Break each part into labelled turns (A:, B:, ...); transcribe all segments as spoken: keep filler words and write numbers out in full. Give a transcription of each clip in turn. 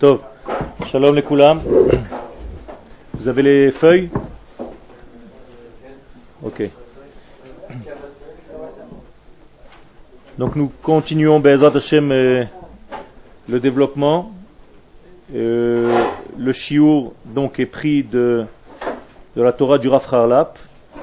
A: Tov, shalom les koulam. Vous avez les feuilles? Ok. Donc nous continuons Be'ezrat Hashem euh, le développement. Euh, le shiur donc est pris de, de la Torah du Rav Harlap,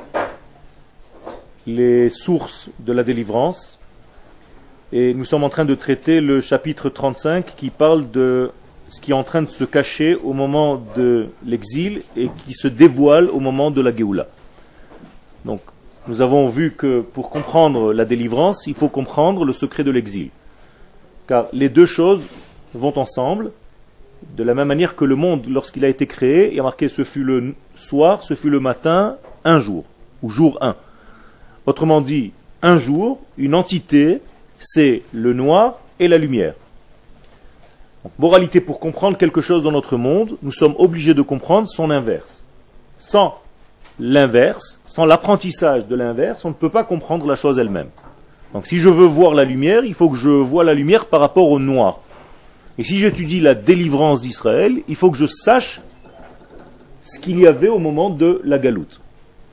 A: les sources de la délivrance. Et nous sommes en train de traiter le chapitre trente-cinq qui parle de ce qui est en train de se cacher au moment de l'exil et qui se dévoile au moment de la Géoula. Donc, nous avons vu que pour comprendre la délivrance, il faut comprendre le secret de l'exil. Car les deux choses vont ensemble, de la même manière que le monde, lorsqu'il a été créé, il y a marqué ce fut le soir, ce fut le matin, un jour, ou jour un. Autrement dit, un jour, une entité, c'est le noir et la lumière. Donc, moralité, pour comprendre quelque chose dans notre monde, nous sommes obligés de comprendre son inverse. Sans l'inverse, sans l'apprentissage de l'inverse, on ne peut pas comprendre la chose elle-même. Donc si je veux voir la lumière, il faut que je vois la lumière par rapport au noir. Et si j'étudie la délivrance d'Israël, il faut que je sache ce qu'il y avait au moment de la galoute. D'accord ?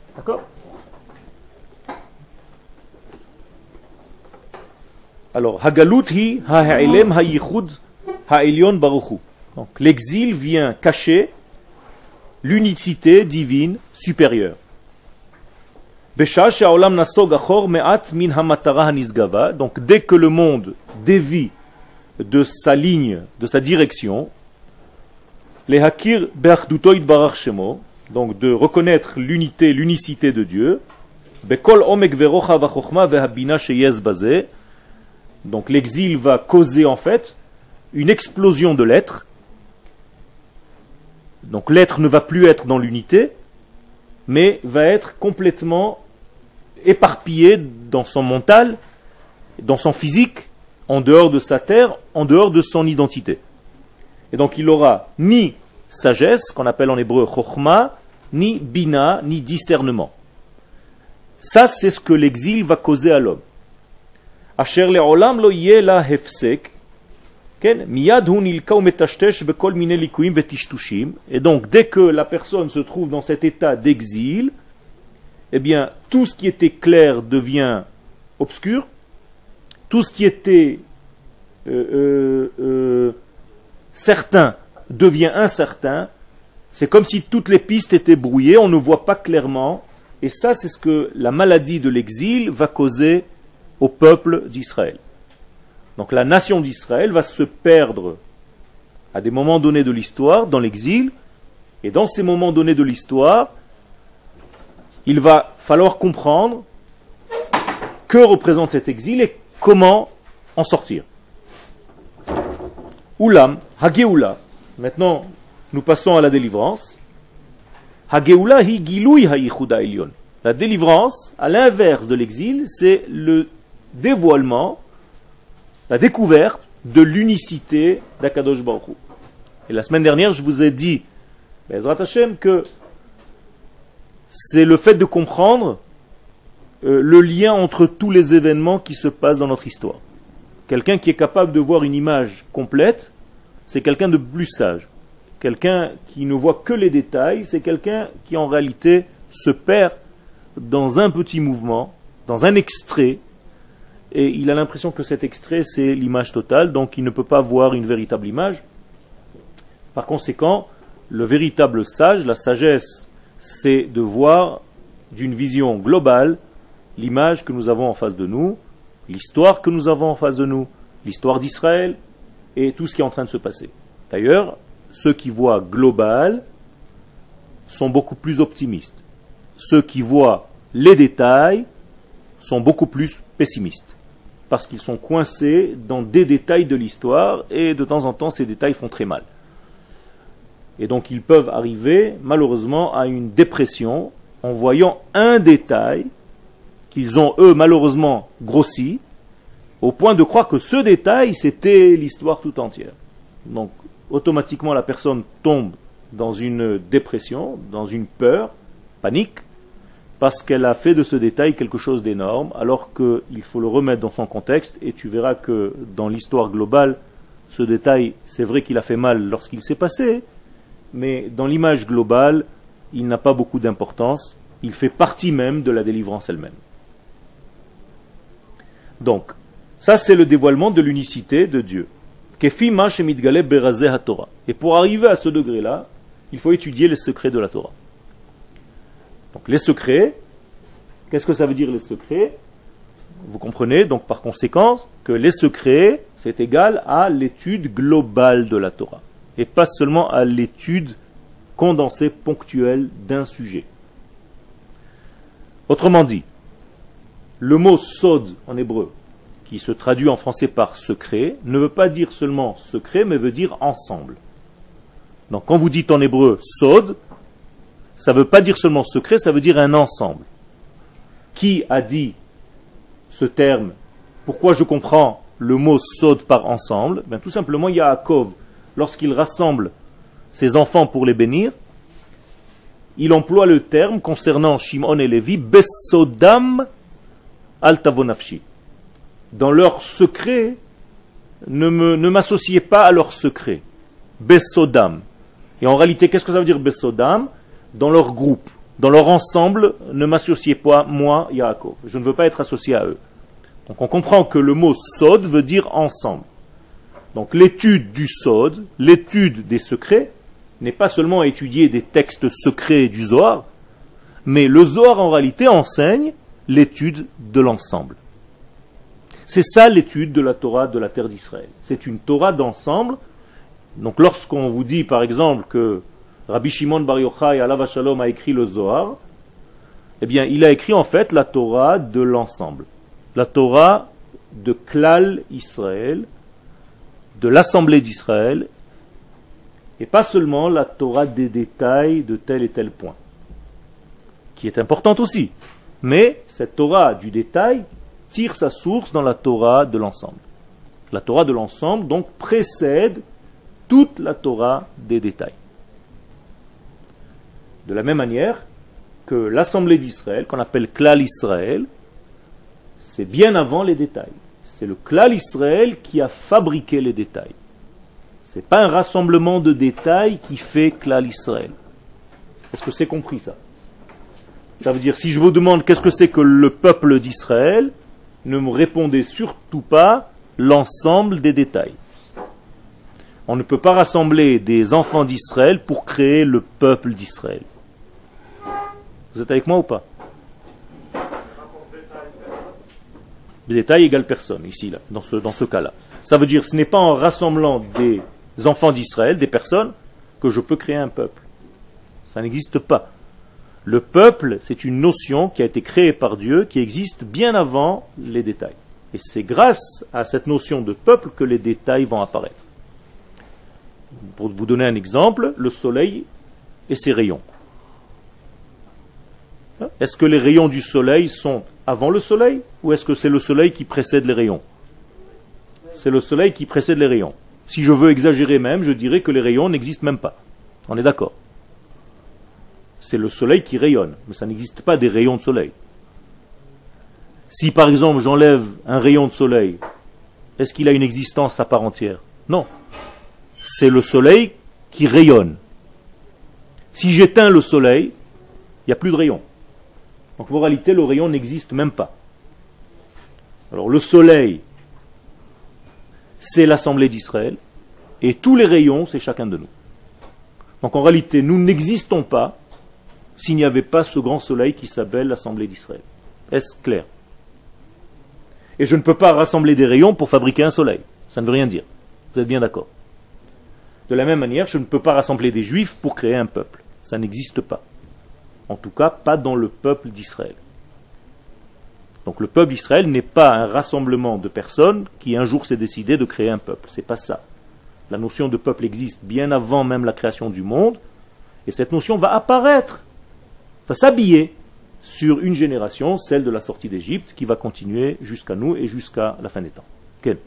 A: Alors, Hagalut hi ha'ilem ha'ichud ha'ilyon baruchu. Donc, l'exil vient cacher l'unicité divine supérieure. Besha she'olam nasog achor me'at min hamatara hanizgava. Donc, dès que le monde dévie de sa ligne, de sa direction, les hakir be'achduto yitbarach shemo, donc de reconnaître l'unité, l'unicité de Dieu, bekol omek verocha v'chochma ve'habina sheyez bazeh. Donc l'exil va causer en fait une explosion de l'être. Donc l'être ne va plus être dans l'unité, mais va être complètement éparpillé dans son mental, dans son physique, en dehors de sa terre, en dehors de son identité. Et donc il n'aura ni sagesse, qu'on appelle en hébreu chokhma, ni bina, ni discernement. Ça, c'est ce que l'exil va causer à l'homme. Asher le'olam lo yeh la hefsek, miyad hu nilka umetashtesh bekol mine likuim vetishtushim. Et donc, dès que la personne se trouve dans cet état d'exil, eh bien, tout ce qui était clair devient obscur, tout ce qui était euh, euh, euh, certain devient incertain. C'est comme si toutes les pistes étaient brouillées, on ne voit pas clairement. Et ça, c'est ce que la maladie de l'exil va causer au peuple d'Israël. Donc la nation d'Israël va se perdre à des moments donnés de l'histoire, dans l'exil, et dans ces moments donnés de l'histoire, il va falloir comprendre que représente cet exil et comment en sortir. Oulam, Hageoula. Maintenant, nous passons à la délivrance. Hageoula hi giloui ha'ichud ha'ilyon. La délivrance, à l'inverse de l'exil, c'est le dévoilement, la découverte de l'unicité d'Akadosh Baruch Hu. Et la semaine dernière, je vous ai dit, Be'ezrat Hashem, que c'est le fait de comprendre euh, le lien entre tous les événements qui se passent dans notre histoire. Quelqu'un qui est capable de voir une image complète, c'est quelqu'un de plus sage. Quelqu'un qui ne voit que les détails, c'est quelqu'un qui en réalité se perd dans un petit mouvement, dans un extrait, et il a l'impression que cet extrait c'est l'image totale, donc il ne peut pas voir une véritable image. Par conséquent, le véritable sage, la sagesse, c'est de voir d'une vision globale l'image que nous avons en face de nous, l'histoire que nous avons en face de nous, l'histoire d'Israël et tout ce qui est en train de se passer. D'ailleurs, ceux qui voient global sont beaucoup plus optimistes. Ceux qui voient les détails sont beaucoup plus pessimistes, parce qu'ils sont coincés dans des détails de l'histoire, et de temps en temps, ces détails font très mal. Et donc, ils peuvent arriver, malheureusement, à une dépression en voyant un détail qu'ils ont, eux, malheureusement, grossi, au point de croire que ce détail, c'était l'histoire tout entière. Donc, automatiquement, la personne tombe dans une dépression, dans une peur, panique, parce qu'elle a fait de ce détail quelque chose d'énorme, alors qu'il faut le remettre dans son contexte, et tu verras que dans l'histoire globale, Ce détail, c'est vrai qu'il a fait mal lorsqu'il s'est passé, mais dans l'image globale, il n'a pas beaucoup d'importance. Il fait partie même de la délivrance elle-même. Donc, ça c'est le dévoilement de l'unicité de Dieu. Et pour arriver à ce degré-là, il faut étudier les secrets de la Torah. Donc les secrets, qu'est-ce que ça veut dire les secrets? Vous comprenez donc par conséquent que les secrets, c'est égal à l'étude globale de la Torah. Et pas seulement à l'étude condensée, ponctuelle d'un sujet. Autrement dit, le mot sod en hébreu, qui se traduit en français par secret, ne veut pas dire seulement secret, mais veut dire ensemble. Donc quand vous dites en hébreu sod, ça ne veut pas dire seulement secret, ça veut dire un ensemble. Qui a dit ce terme? Pourquoi je comprends le mot sod par ensemble? Ben, tout simplement, Yaakov, lorsqu'il rassemble ses enfants pour les bénir, il emploie le terme concernant Shimon et Lévi, Besodam al tavonafshi. Dans leur secret, ne, me, ne m'associez pas à leur secret. Besodam. Et en réalité, qu'est-ce que ça veut dire Besodam? Dans leur groupe, dans leur ensemble, ne m'associez pas, moi, Yaakov. Je ne veux pas être associé à eux. Donc on comprend que le mot sod veut dire ensemble. Donc l'étude du sod, l'étude des secrets, n'est pas seulement à étudier des textes secrets du Zohar, mais le Zohar en réalité enseigne l'étude de l'ensemble. C'est ça l'étude de la Torah de la terre d'Israël. C'est une Torah d'ensemble. Donc lorsqu'on vous dit par exemple que Rabbi Shimon Bar Yochai alav hashalom a écrit le Zohar, eh bien il a écrit en fait la Torah de l'ensemble. La Torah de Klal Israël, de l'Assemblée d'Israël, et pas seulement la Torah des détails de tel et tel point, qui est importante aussi. Mais cette Torah du détail tire sa source dans la Torah de l'ensemble. La Torah de l'ensemble, donc, précède toute la Torah des détails. De la même manière que l'Assemblée d'Israël, qu'on appelle Klal Israël, c'est bien avant les détails. C'est le Klal Israël qui a fabriqué les détails. Ce n'est pas un rassemblement de détails qui fait Klal Israël. Est-ce que c'est compris ça? Ça veut dire, si je vous demande qu'est-ce que c'est que le peuple d'Israël, ne me répondez surtout pas l'ensemble des détails. On ne peut pas rassembler des enfants d'Israël pour créer le peuple d'Israël. Vous êtes avec moi ou pas? Détail égale personne, ici, là, dans ce, dans ce cas-là. Ça veut dire, ce n'est pas en rassemblant des enfants d'Israël, des personnes, que je peux créer un peuple. Ça n'existe pas. Le peuple, c'est une notion qui a été créée par Dieu, qui existe bien avant les détails. Et c'est grâce à cette notion de peuple que les détails vont apparaître. Pour vous donner un exemple, le soleil et ses rayons. Est-ce que les rayons du soleil sont avant le soleil, ou est-ce que c'est le soleil qui précède les rayons? C'est le soleil qui précède les rayons. Si je veux exagérer même, je dirais que les rayons n'existent même pas. On est d'accord? C'est le soleil qui rayonne, mais ça n'existe pas des rayons de soleil. Si par exemple j'enlève un rayon de soleil, est-ce qu'il a une existence à part entière? Non. C'est le soleil qui rayonne. Si j'éteins le soleil, il n'y a plus de rayon. Donc en réalité, le rayon n'existe même pas. Alors le soleil, c'est l'Assemblée d'Israël, et tous les rayons, c'est chacun de nous. Donc en réalité, nous n'existons pas s'il n'y avait pas ce grand soleil qui s'appelle l'Assemblée d'Israël. Est-ce clair? Et je ne peux pas rassembler des rayons pour fabriquer un soleil. Ça ne veut rien dire. Vous êtes bien d'accord? De la même manière, je ne peux pas rassembler des juifs pour créer un peuple. Ça n'existe pas. En tout cas, pas dans le peuple d'Israël. Donc le peuple d'Israël n'est pas un rassemblement de personnes qui un jour s'est décidé de créer un peuple. C'est pas ça. La notion de peuple existe bien avant même la création du monde, et cette notion va apparaître, va s'habiller sur une génération, celle de la sortie d'Égypte, qui va continuer jusqu'à nous et jusqu'à la fin des temps. Quel?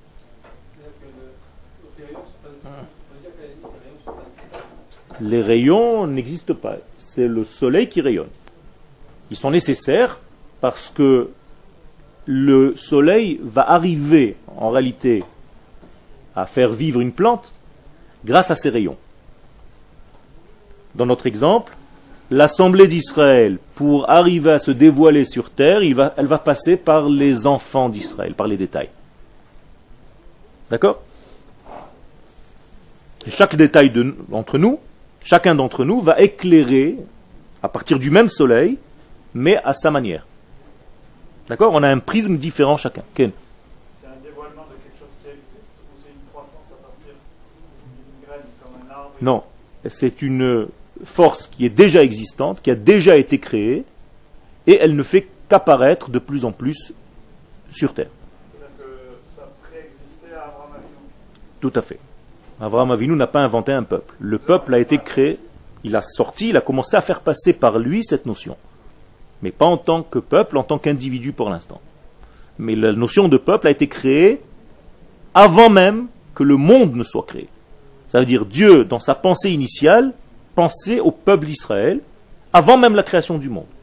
A: Les rayons n'existent pas. C'est le soleil qui rayonne. Ils sont nécessaires parce que le soleil va arriver en réalité à faire vivre une plante grâce à ses rayons. Dans notre exemple, l'assemblée d'Israël, pour arriver à se dévoiler sur terre, il va, elle va passer par les enfants d'Israël, par les détails. D'accord? Chaque détail de, d'entre nous, chacun d'entre nous va éclairer à partir du même soleil, mais à sa manière. D'accord? On a un prisme différent chacun. Ken?
B: C'est un dévoilement de quelque chose qui existe ou c'est une croissance à partir d'une graine, comme un arbre?
A: Non, c'est une force qui est déjà existante, qui a déjà été créée, et elle ne fait qu'apparaître de plus en plus sur terre.
B: C'est-à-dire que ça préexistait à Abraham Avinu.
A: Tout à fait. Abraham Avinu n'a pas inventé un peuple. Le peuple a été créé, il a sorti, il a commencé à faire passer par lui cette notion. Mais pas en tant que peuple, en tant qu'individu pour l'instant. Mais la notion de peuple a été créée avant même que le monde ne soit créé. Ça veut dire Dieu, dans sa pensée initiale, pensait au peuple d'Israël avant même la création du monde.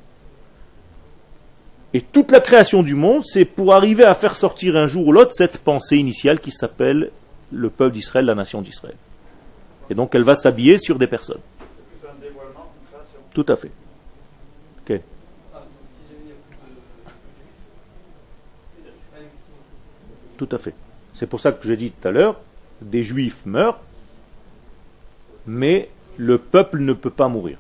A: Et toute la création du monde, c'est pour arriver à faire sortir un jour ou l'autre cette pensée initiale qui s'appelle le peuple d'Israël, la nation d'Israël. Et donc elle va s'habiller sur des personnes.
B: C'est plus un dévoilement qu'une création.
A: Tout à fait. Ok. Tout à fait. C'est pour ça que j'ai dit tout à l'heure, des juifs meurent, mais le peuple ne peut pas mourir.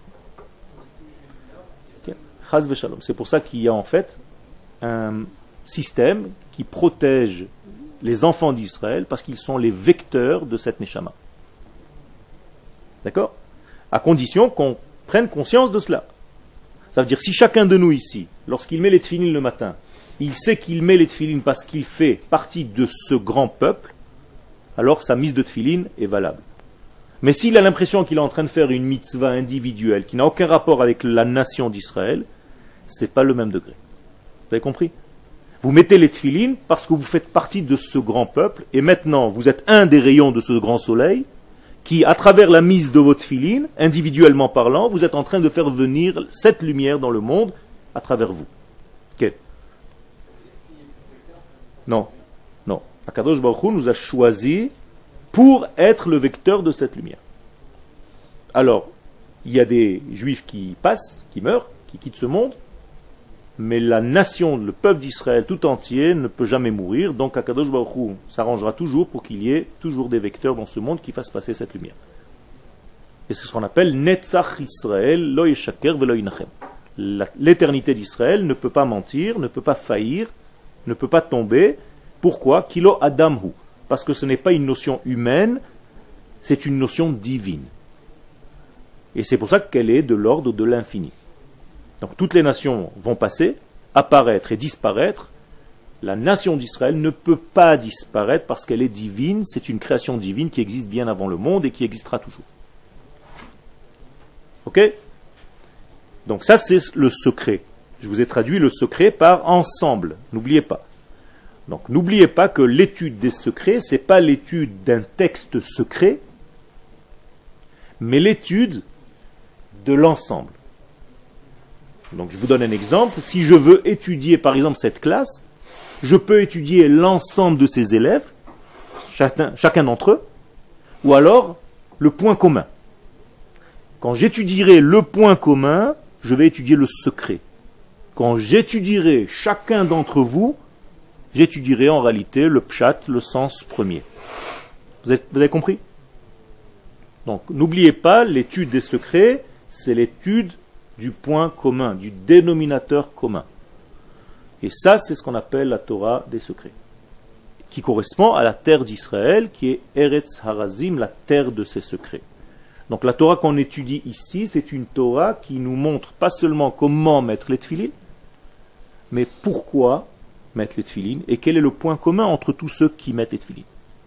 A: Okay. Chas v'shalom. C'est pour ça qu'il y a en fait un système qui protège les enfants d'Israël parce qu'ils sont les vecteurs de cette neshama. D'accord? À condition qu'on prenne conscience de cela. Ça veut dire si chacun de nous ici, lorsqu'il met les tefilines le matin, il sait qu'il met les tefilines parce qu'il fait partie de ce grand peuple, alors sa mise de tefilines est valable. Mais s'il a l'impression qu'il est en train de faire une mitzvah individuelle qui n'a aucun rapport avec la nation d'Israël, c'est pas le même degré. Vous avez compris? Vous mettez les tefilines parce que vous faites partie de ce grand peuple et maintenant vous êtes un des rayons de ce grand soleil qui, à travers la mise de vos tefilines, individuellement parlant, vous êtes en train de faire venir cette lumière dans le monde à travers vous. Ok? Non, non. Akadosh Baruch Hu nous a choisi pour être le vecteur de cette lumière. Alors, il y a des juifs qui passent, qui meurent, qui quittent ce monde, mais la nation, le peuple d'Israël tout entier ne peut jamais mourir, donc Akadosh Baruch Hu s'arrangera toujours pour qu'il y ait toujours des vecteurs dans ce monde qui fassent passer cette lumière. Et c'est ce qu'on appelle Netzach Israël, lo yeshaker velo yinachem. L'éternité d'Israël ne peut pas mentir, ne peut pas faillir, ne peut pas tomber. Pourquoi? Kilo Adamhu. Parce que ce n'est pas une notion humaine, c'est une notion divine. Et c'est pour ça qu'elle est de l'ordre de l'infini. Donc toutes les nations vont passer, apparaître et disparaître. La nation d'Israël ne peut pas disparaître parce qu'elle est divine, c'est une création divine qui existe bien avant le monde et qui existera toujours. Ok? Donc ça c'est le secret. Je vous ai traduit le secret par ensemble, n'oubliez pas. Donc n'oubliez pas que l'étude des secrets, ce n'est pas l'étude d'un texte secret, mais l'étude de l'ensemble. Donc je vous donne un exemple. Si je veux étudier par exemple cette classe, je peux étudier l'ensemble de ses élèves, chacun, chacun d'entre eux, ou alors le point commun. Quand j'étudierai le point commun, je vais étudier le secret. Quand j'étudierai chacun d'entre vous, j'étudierai en réalité le pshat, le sens premier. Vous avez, vous avez compris? Donc n'oubliez pas, l'étude des secrets, c'est l'étude du point commun, du dénominateur commun. Et ça, c'est ce qu'on appelle la Torah des secrets, qui correspond à la terre d'Israël, qui est Eretz Harazim, la terre de ses secrets. Donc la Torah qu'on étudie ici, c'est une Torah qui nous montre pas seulement comment mettre les tefilines, mais pourquoi mettre les tefilines, et quel est le point commun entre tous ceux qui mettent les tefilines.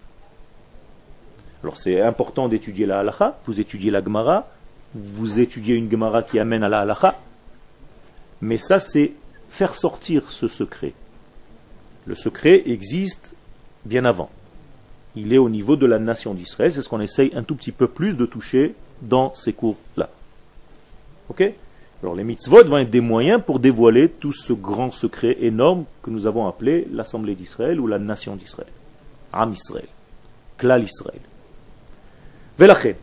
A: Alors c'est important d'étudier la halakha, vous étudiez la Gemara, vous étudiez une Gemara qui amène à la halakha, mais ça c'est faire sortir ce secret. Le secret existe bien avant. Il est au niveau de la nation d'Israël, c'est ce qu'on essaye un tout petit peu plus de toucher dans ces cours-là. Ok? Alors les mitzvot vont être des moyens pour dévoiler tout ce grand secret énorme que nous avons appelé l'Assemblée d'Israël ou la nation d'Israël. Am Israël. Klal Israël. Velachem.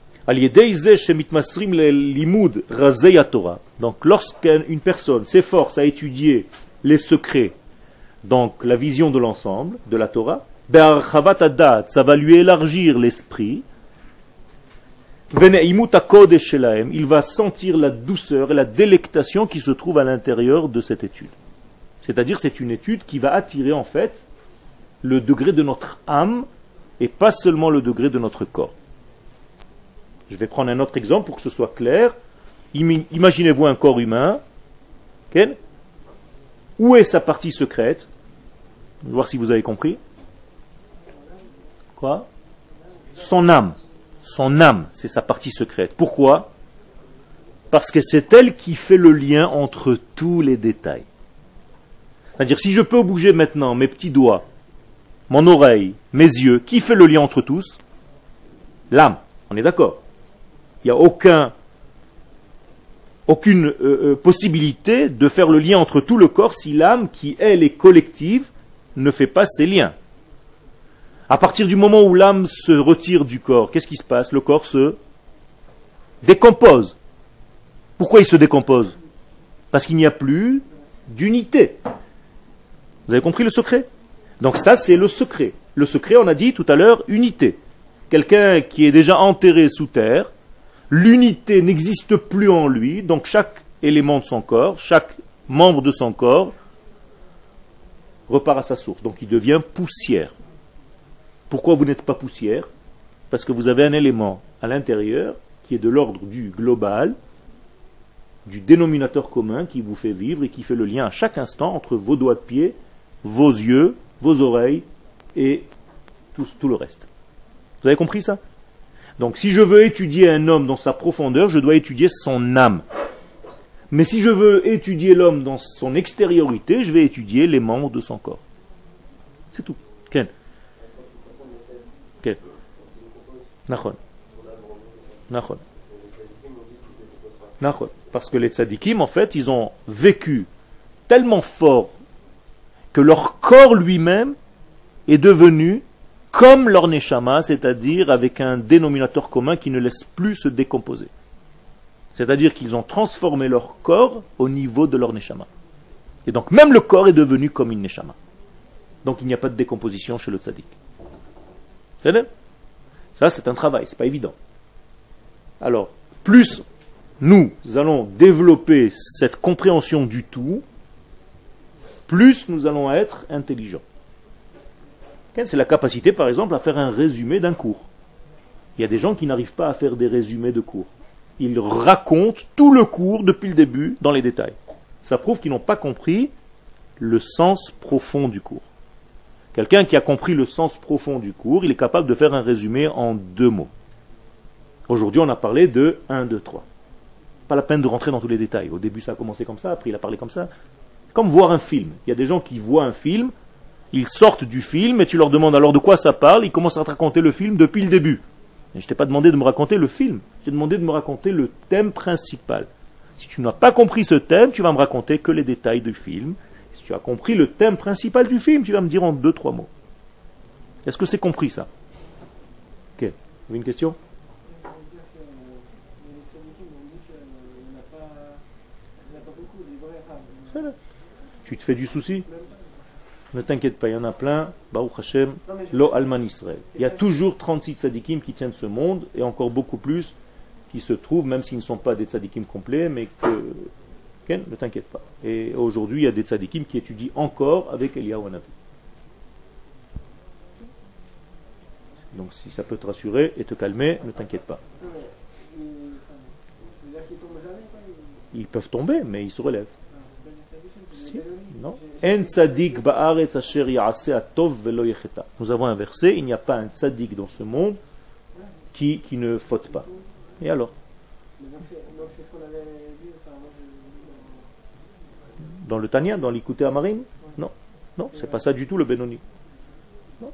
A: Donc lorsqu'une personne s'efforce à étudier les secrets, donc la vision de l'ensemble de la Torah, ça va lui élargir l'esprit, il va sentir la douceur et la délectation qui se trouve à l'intérieur de cette étude. C'est-à-dire c'est une étude qui va attirer en fait le degré de notre âme et pas seulement le degré de notre corps. Je vais prendre un autre exemple pour que ce soit clair. Imaginez-vous un corps humain. Okay? Où est sa partie secrète? On va voir si vous avez compris. Quoi? Son âme. Son âme, c'est sa partie secrète. Pourquoi? Parce que c'est elle qui fait le lien entre tous les détails. C'est-à-dire, si je peux bouger maintenant mes petits doigts, mon oreille, mes yeux, qui fait le lien entre tous? L'âme. On est d'accord? Il n'y a aucun, aucune euh, euh, possibilité de faire le lien entre tout le corps si l'âme, qui elle est collective, ne fait pas ces liens. À partir du moment où l'âme se retire du corps, qu'est-ce qui se passe? Le corps se décompose. Pourquoi il se décompose? Parce qu'il n'y a plus d'unité. Vous avez compris le secret? Donc ça, c'est le secret. Le secret, on a dit tout à l'heure, unité. Quelqu'un qui est déjà enterré sous terre, l'unité n'existe plus en lui, donc chaque élément de son corps, chaque membre de son corps repart à sa source. Donc il devient poussière. Pourquoi vous n'êtes pas poussière? Parce que vous avez un élément à l'intérieur qui est de l'ordre du global, du dénominateur commun qui vous fait vivre et qui fait le lien à chaque instant entre vos doigts de pied, vos yeux, vos oreilles et tout, tout le reste. Vous avez compris ça? Donc si je veux étudier un homme dans sa profondeur, je dois étudier son âme. Mais si je veux étudier l'homme dans son extériorité, je vais étudier les membres de son corps. C'est tout. Ken. Ken. Nachon. Nachon. Nachon. Parce que les tzadikim, en fait, ils ont vécu tellement fort que leur corps lui-même est devenu comme leur neshama, c'est-à-dire avec un dénominateur commun qui ne laisse plus se décomposer. C'est-à-dire qu'ils ont transformé leur corps au niveau de leur neshama. Et donc même le corps est devenu comme une neshama. Donc il n'y a pas de décomposition chez le tzaddik. C'est vrai? Ça c'est un travail, c'est pas évident. Alors, plus nous allons développer cette compréhension du tout, plus nous allons être intelligents. C'est la capacité, par exemple, à faire un résumé d'un cours. Il y a des gens qui n'arrivent pas à faire des résumés de cours. Ils racontent tout le cours depuis le début dans les détails. Ça prouve qu'ils n'ont pas compris le sens profond du cours. Quelqu'un qui a compris le sens profond du cours, il est capable de faire un résumé en deux mots. Aujourd'hui, on a parlé de un, deux, trois. Pas la peine de rentrer dans tous les détails. Au début, ça a commencé comme ça, après il a parlé comme ça. Comme voir un film. Il y a des gens qui voient un film, ils sortent du film et tu leur demandes alors de quoi ça parle, ils commencent à te raconter le film depuis le début. Et je ne t'ai pas demandé de me raconter le film, j'ai demandé de me raconter le thème principal. Si tu n'as pas compris ce thème, tu vas me raconter que les détails du film. Si tu as compris le thème principal du film, tu vas me dire en deux, trois mots. Est-ce que c'est compris ça? Ok. Vous avez une question? Tu te fais du souci? Ne t'inquiète pas, il y en a plein. Baruch Hashem, lo alman Israël. Il y a toujours trente-six tzadikim qui tiennent ce monde et encore beaucoup plus qui se trouvent, même s'ils ne sont pas des tzadikim complets, mais que. Ken, ne t'inquiète pas. Et aujourd'hui, il y a des tzadikim qui étudient encore avec Eliyahu Hanavi. Donc si ça peut te rassurer et te calmer, ne t'inquiète pas. Ils peuvent tomber, mais ils se relèvent. Si, non. Nous avons un verset, il n'y a pas un tzaddik dans ce monde qui, qui ne faute pas. Et alors? Dans le Tanya, dans l'Ikouté Amarim? Non, non, c'est pas ça du tout le Benoni. Non.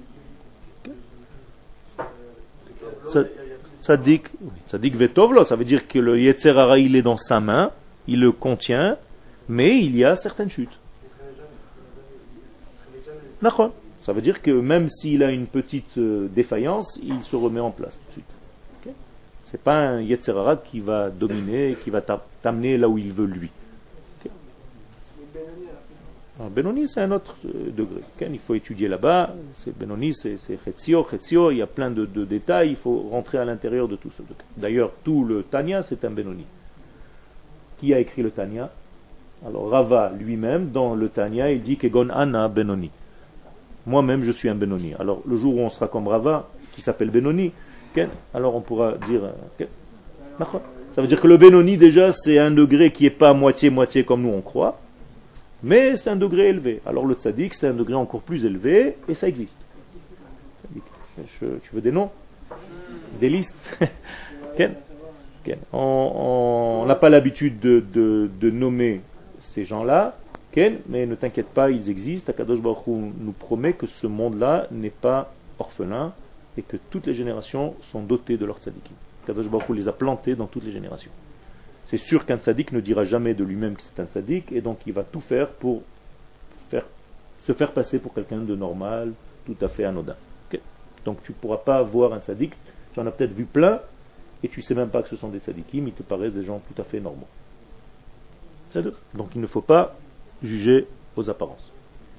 A: Tzaddik, tzaddik vetovlo, ça veut dire que le Yetzer Hara il est dans sa main, il le contient, mais il y a certaines chutes. D'accord. ça veut dire que même s'il a une petite euh, défaillance, il se remet en place tout de suite. Okay? C'est pas un Yetzer Hara qui va dominer, qui va t'amener là où il veut lui. Okay? Alors, Benoni, c'est un autre euh, degré. Okay? Il faut étudier là-bas. C'est Benoni, c'est Chetzio, Chetzio. Il y a plein de, de détails. Il faut rentrer à l'intérieur de tout ce degré. D'ailleurs, tout le Tanya, c'est un Benoni. Qui a écrit le Tanya? Alors Rava lui-même, dans le Tanya, il dit Kegon Ana Benoni. Moi-même, je suis un Benoni. Alors le jour où on sera comme Rava, qui s'appelle Benoni, okay, alors on pourra dire... Okay, ça veut dire que le Benoni, déjà, c'est un degré qui n'est pas moitié-moitié comme nous on croit, mais c'est un degré élevé. Alors le Tzadik, c'est un degré encore plus élevé, et ça existe. Je, tu veux des noms? Des listes? okay. Okay. On n'a pas l'habitude de, de, de nommer ces gens-là, okay, mais ne t'inquiète pas, ils existent. Akadosh Baruch Hu nous promet que ce monde-là n'est pas orphelin et que toutes les générations sont dotées de leur tzadikim. Akadosh Baruch Hu les a plantés dans toutes les générations. C'est sûr qu'un tzadik ne dira jamais de lui-même que c'est un tzadik, et donc il va tout faire pour faire, se faire passer pour quelqu'un de normal, tout à fait anodin. Okay. Donc tu ne pourras pas voir un tzadik, tu en as peut-être vu plein, et tu ne sais même pas que ce sont des tzadikim, ils te paraissent des gens tout à fait normaux. Donc il ne faut pas juger aux apparences.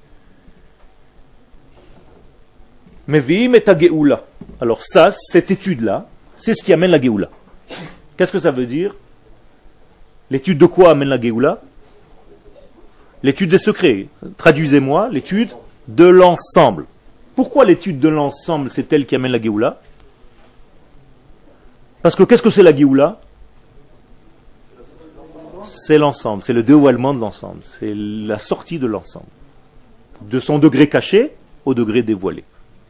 A: Mais vim et ta geoula. Alors ça, cette étude-là, c'est ce qui amène la geoula. Qu'est-ce que ça veut dire? L'étude de quoi amène la geoula? L'étude des secrets. Traduisez-moi, l'étude de l'ensemble. Pourquoi l'étude de l'ensemble, c'est elle qui amène la geoula? Parce que qu'est-ce que c'est la Géoula? C'est l'ensemble, c'est le dévoilement de l'ensemble, c'est la sortie de l'ensemble. De son degré caché au degré dévoilé.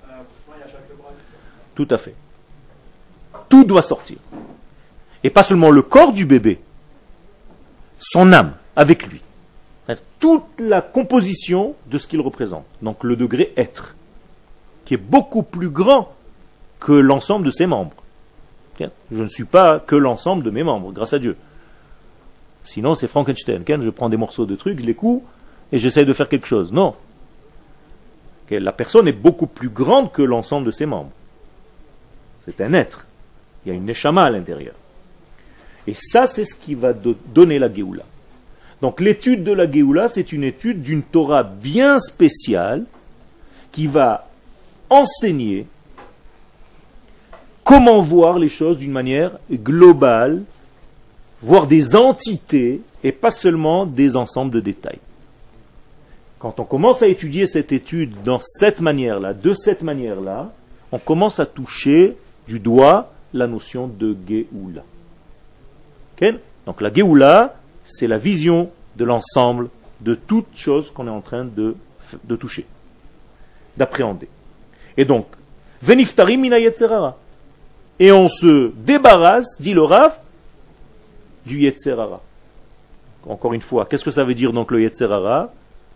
A: Tout à fait. Tout doit sortir. Et pas seulement le corps du bébé, son âme avec lui. Toute la composition de ce qu'il représente. Donc le degré être, qui est beaucoup plus grand que l'ensemble de ses membres. Je ne suis pas que l'ensemble de mes membres, grâce à Dieu. Sinon, c'est Frankenstein. Je prends des morceaux de trucs, je les couds, et j'essaie de faire quelque chose. Non. La personne est beaucoup plus grande que l'ensemble de ses membres. C'est un être. Il y a une neshama à l'intérieur. Et ça, c'est ce qui va do- donner la Géoula. Donc l'étude de la Géoula, c'est une étude d'une Torah bien spéciale qui va enseigner comment voir les choses d'une manière globale, voir des entités et pas seulement des ensembles de détails. Quand on commence à étudier cette étude dans cette manière-là, de cette manière-là, on commence à toucher du doigt la notion de Géoula. Okay? Donc la Géoula, c'est la vision de l'ensemble de toute chose qu'on est en train de, de toucher, d'appréhender. Et donc, Veniftari mina Yetzer Hara. Et on se débarrasse, dit le Rav, du Yetzer Hara. Encore une fois, qu'est-ce que ça veut dire donc le Yetzer Hara?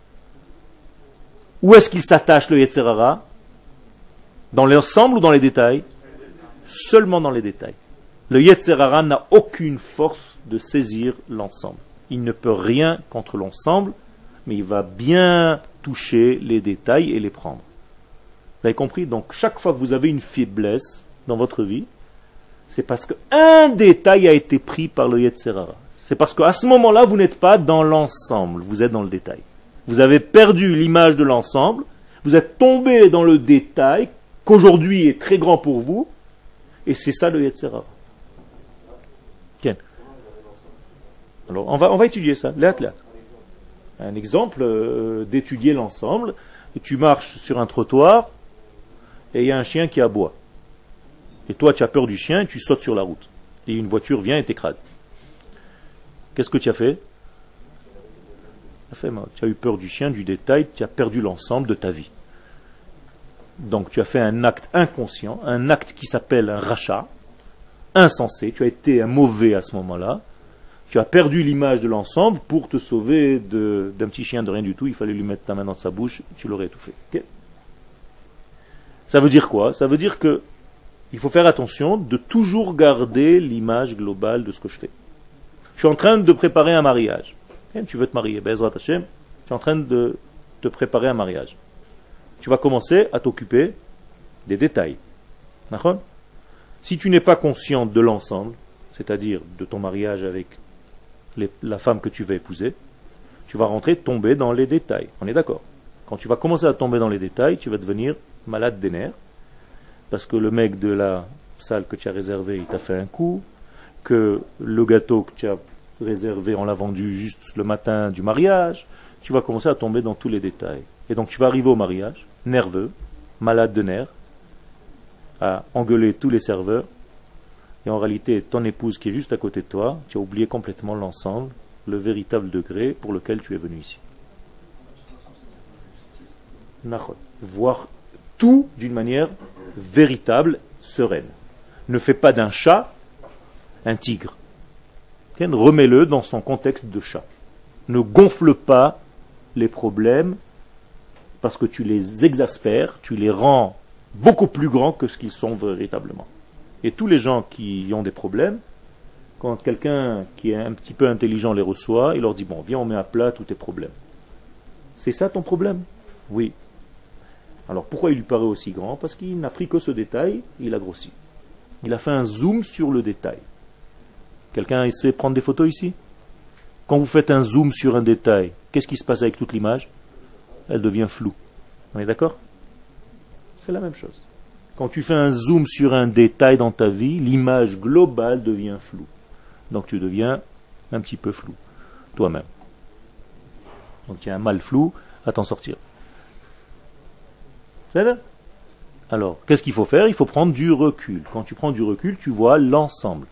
A: Où est-ce qu'il s'attache le Yetzer Hara? Dans l'ensemble ou dans les détails? Seulement dans les détails. Le Yetzer Hara n'a aucune force de saisir l'ensemble. Il ne peut rien contre l'ensemble, mais il va bien toucher les détails et les prendre. Vous avez compris? Donc chaque fois que vous avez une faiblesse dans votre vie, c'est parce qu'un détail a été pris par le Yetzer Hara. C'est parce qu'à ce moment-là, vous n'êtes pas dans l'ensemble, vous êtes dans le détail. Vous avez perdu l'image de l'ensemble, vous êtes tombé dans le détail, qu'aujourd'hui est très grand pour vous, et c'est ça le Yetzer Hara. Tiens. Alors, on va, on va étudier ça, là, là. Un exemple euh, d'étudier l'ensemble, et tu marches sur un trottoir, et il y a un chien qui aboie. Et toi, tu as peur du chien, et tu sautes sur la route. Et une voiture vient et t'écrase. Qu'est-ce que tu as fait? Tu as eu peur du chien, du détail, tu as perdu l'ensemble de ta vie. Donc tu as fait un acte inconscient, un acte qui s'appelle un rachat, insensé, tu as été un mauvais à ce moment-là, tu as perdu l'image de l'ensemble pour te sauver de, d'un petit chien de rien du tout, il fallait lui mettre ta main dans sa bouche, tu l'aurais étouffé. Okay. Ça veut dire quoi? Ça veut dire que il faut faire attention de toujours garder l'image globale de ce que je fais. Je suis en train de préparer un mariage. Tu veux te marier, Be'ezrat Hashem, tu es en train de te préparer un mariage. tu vas commencer à t'occuper des détails. D'accord ? Si tu n'es pas conscient de l'ensemble, c'est-à-dire de ton mariage avec les, la femme que tu vas épouser, tu vas rentrer, tomber dans les détails. On est d'accord ? Quand tu vas commencer à tomber dans les détails, tu vas devenir malade des nerfs, parce que le mec de la salle que tu as réservée, il t'a fait un coup, que le gâteau que tu as réservé, on l'a vendu juste le matin du mariage, tu vas commencer à tomber dans tous les détails. Et donc tu vas arriver au mariage, nerveux, malade de nerfs, à engueuler tous les serveurs, et en réalité, ton épouse qui est juste à côté de toi, tu as oublié complètement l'ensemble, le véritable degré pour lequel tu es venu ici. Voir tout d'une manière véritable, sereine. Ne fais pas d'un chat un tigre. Remets-le dans son contexte de chat. Ne gonfle pas les problèmes parce que tu les exaspères, tu les rends beaucoup plus grands que ce qu'ils sont véritablement. Et tous les gens qui ont des problèmes, quand quelqu'un qui est un petit peu intelligent les reçoit, il leur dit, bon, viens, on met à plat tous tes problèmes. C'est ça ton problème ? Oui. Alors pourquoi il lui paraît aussi grand ? Parce qu'il n'a pris que ce détail, il a grossi. Il a fait un zoom sur le détail. Quelqu'un essaie de prendre des photos ici ? Quand vous faites un zoom sur un détail, qu'est-ce qui se passe avec toute l'image ? Elle devient floue. On est d'accord ? C'est la même chose. Quand tu fais un zoom sur un détail dans ta vie, l'image globale devient floue. Donc tu deviens un petit peu flou, toi-même. Donc il y a un mal flou à t'en sortir. C'est là ? Alors, qu'est-ce qu'il faut faire ? Il faut prendre du recul. Quand tu prends du recul, tu vois l'ensemble.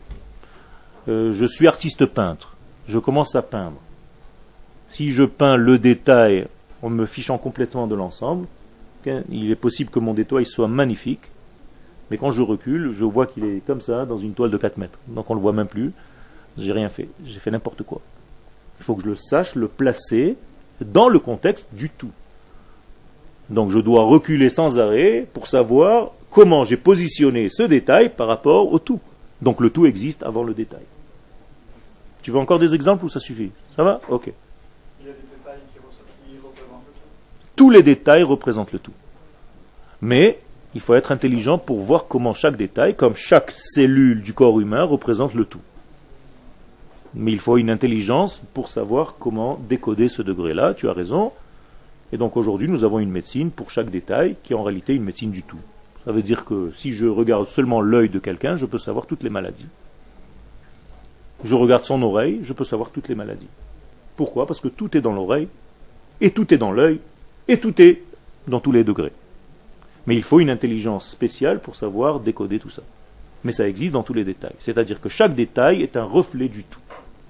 A: Euh, je suis artiste peintre. Je commence à peindre. Si je peins le détail en me fichant complètement de l'ensemble, okay, il est possible que mon détail soit magnifique, mais quand je recule, je vois qu'il est comme ça dans une toile de quatre mètres. Donc on ne le voit même plus. J'ai rien fait. J'ai fait n'importe quoi. Il faut que je le sache, le placer dans le contexte du tout. Donc je dois reculer sans arrêt pour savoir comment j'ai positionné ce détail par rapport au tout. Donc le tout existe avant le détail. Tu veux encore des exemples ou ça suffit ? Ça va ? Ok.
B: Il y a des détails qui, qui représentent le tout.
A: Tous les détails représentent le tout. Mais il faut être intelligent pour voir comment chaque détail, comme chaque cellule du corps humain, représente le tout. Mais il faut une intelligence pour savoir comment décoder ce degré-là. Tu as raison. Et donc aujourd'hui, nous avons une médecine pour chaque détail qui est en réalité une médecine du tout. Ça veut dire que si je regarde seulement l'œil de quelqu'un, je peux savoir toutes les maladies. Je regarde son oreille, je peux savoir toutes les maladies. Pourquoi ? Parce que tout est dans l'oreille, et tout est dans l'œil, et tout est dans tous les degrés. Mais il faut une intelligence spéciale pour savoir décoder tout ça. Mais ça existe dans tous les détails. C'est-à-dire que chaque détail est un reflet du tout.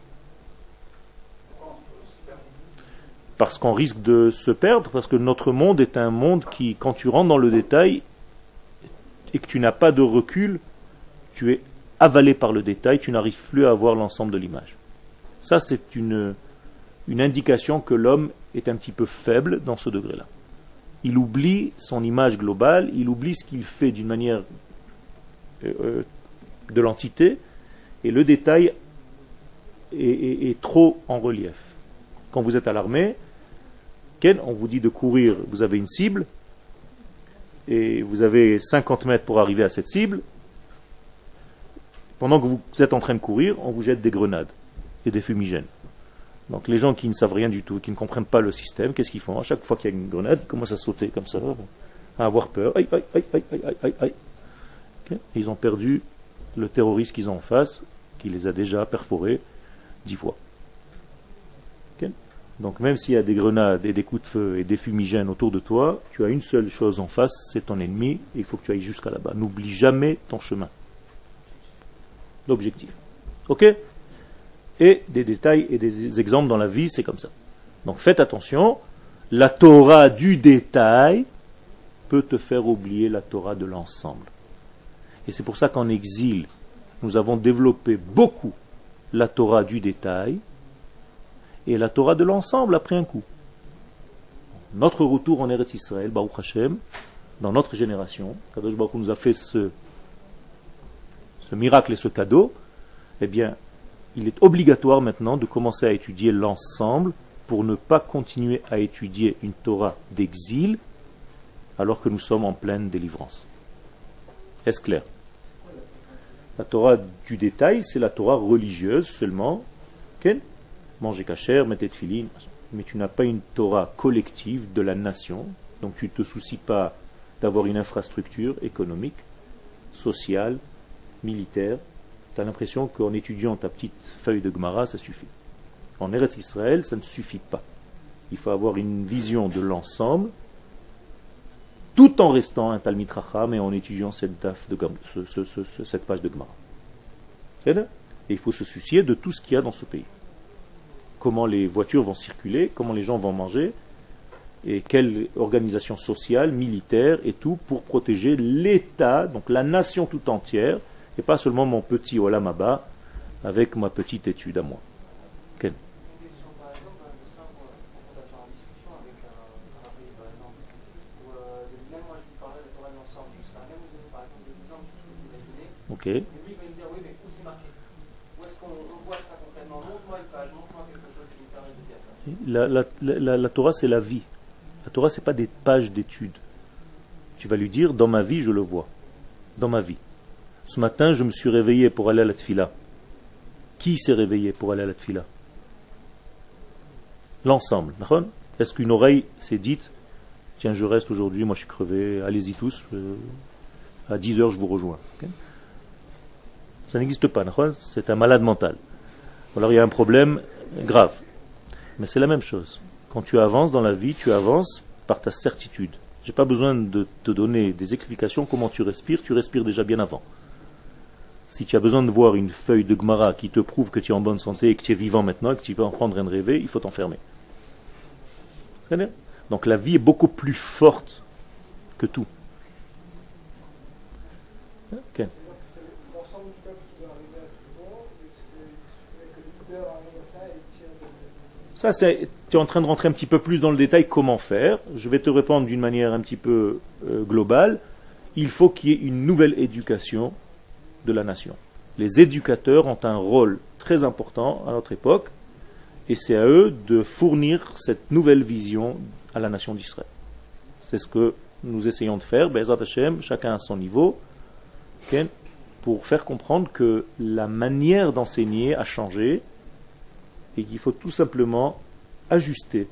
A: Parce qu'on risque de se perdre, parce que notre monde est un monde qui, quand tu rentres dans le détail et que tu n'as pas de recul, tu es avalé par le détail, tu n'arrives plus à voir l'ensemble de l'image. Ça, c'est une, une indication que l'homme est un petit peu faible dans ce degré-là. Il oublie son image globale, il oublie ce qu'il fait d'une manière euh, de l'entité, et le détail est, est, est trop en relief. Quand vous êtes à l'armée, on vous dit de courir, vous avez une cible, et vous avez cinquante mètres pour arriver à cette cible. Pendant que vous êtes en train de courir, on vous jette des grenades et des fumigènes. Donc les gens qui ne savent rien du tout, qui ne comprennent pas le système, qu'est-ce qu'ils font ? À chaque fois qu'il y a une grenade, ils commencent à sauter comme ça, à avoir peur. Aïe, aïe, aïe, aïe, aïe, aïe, aïe. Okay. Ils ont perdu le terroriste qu'ils ont en face, qui les a déjà perforés dix fois. Okay. Donc même s'il y a des grenades et des coups de feu et des fumigènes autour de toi, tu as une seule chose en face, c'est ton ennemi, et il faut que tu ailles jusqu'à là-bas. N'oublie jamais ton chemin. L'objectif. Ok ? Et des détails et des exemples dans la vie, c'est comme ça. Donc faites attention, la Torah du détail peut te faire oublier la Torah de l'ensemble. Et c'est pour ça qu'en exil, nous avons développé beaucoup la Torah du détail, et la Torah de l'ensemble a pris un coup. Notre retour en Eretz Israël, Baruch Hashem, dans notre génération, Kadosh Baruch Hu nous a fait ce, ce miracle et ce cadeau, eh bien, il est obligatoire maintenant de commencer à étudier l'ensemble pour ne pas continuer à étudier une Torah d'exil alors que nous sommes en pleine délivrance. Est-ce clair? La Torah du détail, c'est la Torah religieuse seulement. Okay? Manger kasher, mettre tefillin, mais tu n'as pas une Torah collective de la nation, donc tu ne te soucies pas d'avoir une infrastructure économique, sociale, militaire. Tu as l'impression qu'en étudiant ta petite feuille de Gemara, ça suffit. En Eretz Israël, ça ne suffit pas. Il faut avoir une vision de l'ensemble, tout en restant un Talmid Chacham et en étudiant cette, daf de, ce, ce, ce, ce, cette page de Gemara. Et il faut se soucier de tout ce qu'il y a dans ce pays. Comment les voitures vont circuler, comment les gens vont manger, et quelle organisation sociale, militaire et tout pour protéger l'État, donc la nation tout entière, et pas seulement mon petit Olam Haba avec ma petite étude à moi. Ken. Ok. La, la, la, la Torah, c'est la vie. La Torah, c'est pas des pages d'études. Tu vas lui dire, dans ma vie, je le vois. Dans ma vie. Ce matin, je me suis réveillé pour aller à la tfila. Qui s'est réveillé pour aller à la tfila? L'ensemble. Est-ce qu'une oreille s'est dite, tiens, je reste aujourd'hui, moi je suis crevé, allez-y tous, euh, à dix heures je vous rejoins. Okay? Ça n'existe pas. C'est un malade mental. Alors il y a un problème grave. Mais c'est la même chose. Quand tu avances dans la vie, tu avances par ta certitude. Je n'ai pas besoin de te donner des explications comment tu respires, tu respires déjà bien avant. Si tu as besoin de voir une feuille de Gemara qui te prouve que tu es en bonne santé et que tu es vivant maintenant et que tu peux en prendre un rêver, il faut t'enfermer. Donc la vie est beaucoup plus forte que tout. Okay. Ça, c'est, tu es en train de rentrer un petit peu plus dans le détail comment faire. Je vais te répondre d'une manière un petit peu euh, globale. Il faut qu'il y ait une nouvelle éducation de la nation. Les éducateurs ont un rôle très important à notre époque et c'est à eux de fournir cette nouvelle vision à la nation d'Israël. C'est ce que nous essayons de faire, Be'ezrat Hashem, chacun à son niveau, okay, pour faire comprendre que la manière d'enseigner a changé et qu'il faut tout simplement ajuster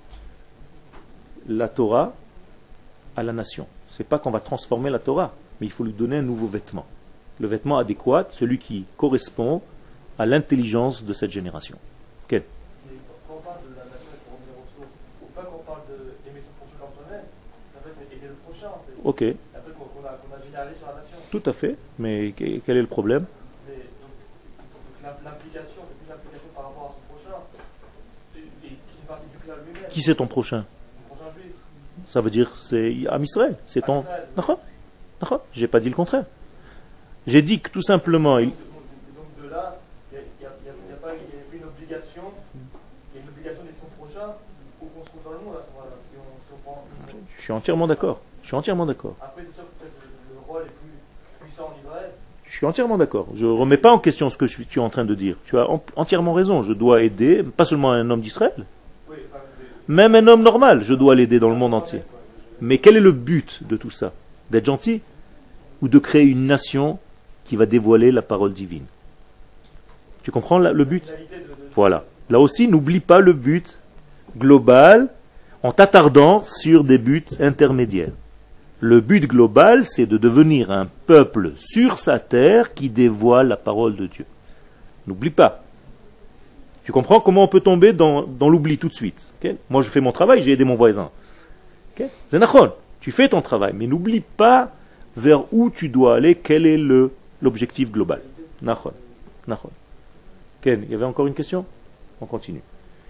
A: la Torah à la nation. C'est pas qu'on va transformer la Torah, mais il faut lui donner un nouveau vêtement. Le vêtement adéquat, celui qui correspond à l'intelligence de cette génération. Quel?
B: Quand on parle de la nation et pour revenir aux sources, il ne faut pas qu'on parle d'aimer son prochain comme soi-même, en fait, c'est aider le prochain. En fait.
A: Ok.
B: Après qu'on a, qu'on a généralisé sur la nation.
A: Tout à fait, mais quel est le problème?
B: Mais, donc, donc, l'implication, c'est plus l'implication par rapport à son prochain, et, et qui fait partie du clan lui-même.
A: Qui c'est ton prochain?
B: Son prochain juif.
A: Ça veut dire c'est Am Israël, c'est ton. D'accord, d'accord. J'ai pas dit le contraire. J'ai dit que tout simplement il.
B: Donc, donc de là, il n'y a, a, a, a pas une obligation, il y a une obligation d'être son prochain, où qu'on se trouve dans le monde à ce moment-là. Si on, si on prend...
A: Je suis entièrement d'accord. Je suis entièrement d'accord.
B: Après, c'est sûr que peut-être le, le rôle est plus puissant en Israël.
A: Je suis entièrement d'accord. Je ne remets pas en question ce que je suis, tu es en train de dire. Tu as entièrement raison. Je dois aider, pas seulement un homme d'Israël,
B: Oui, enfin, mais...
A: même un homme normal, je dois l'aider dans le monde entier. Mais quel est le but de tout ça? D'être gentil ou de créer une nation qui va dévoiler la parole divine? Tu comprends la, le but? Voilà. Là aussi, n'oublie pas le but global en t'attardant sur des buts intermédiaires. Le but global, c'est de devenir un peuple sur sa terre qui dévoile la parole de Dieu. N'oublie pas. Tu comprends comment on peut tomber dans, dans l'oubli tout de suite? Okay? Moi, je fais mon travail, j'ai aidé mon voisin. Okay? C'est nachon. Tu fais ton travail, mais n'oublie pas vers où tu dois aller, quel est le, l'objectif global. Nachon. Nachon. Ken, il y avait encore une question? On continue.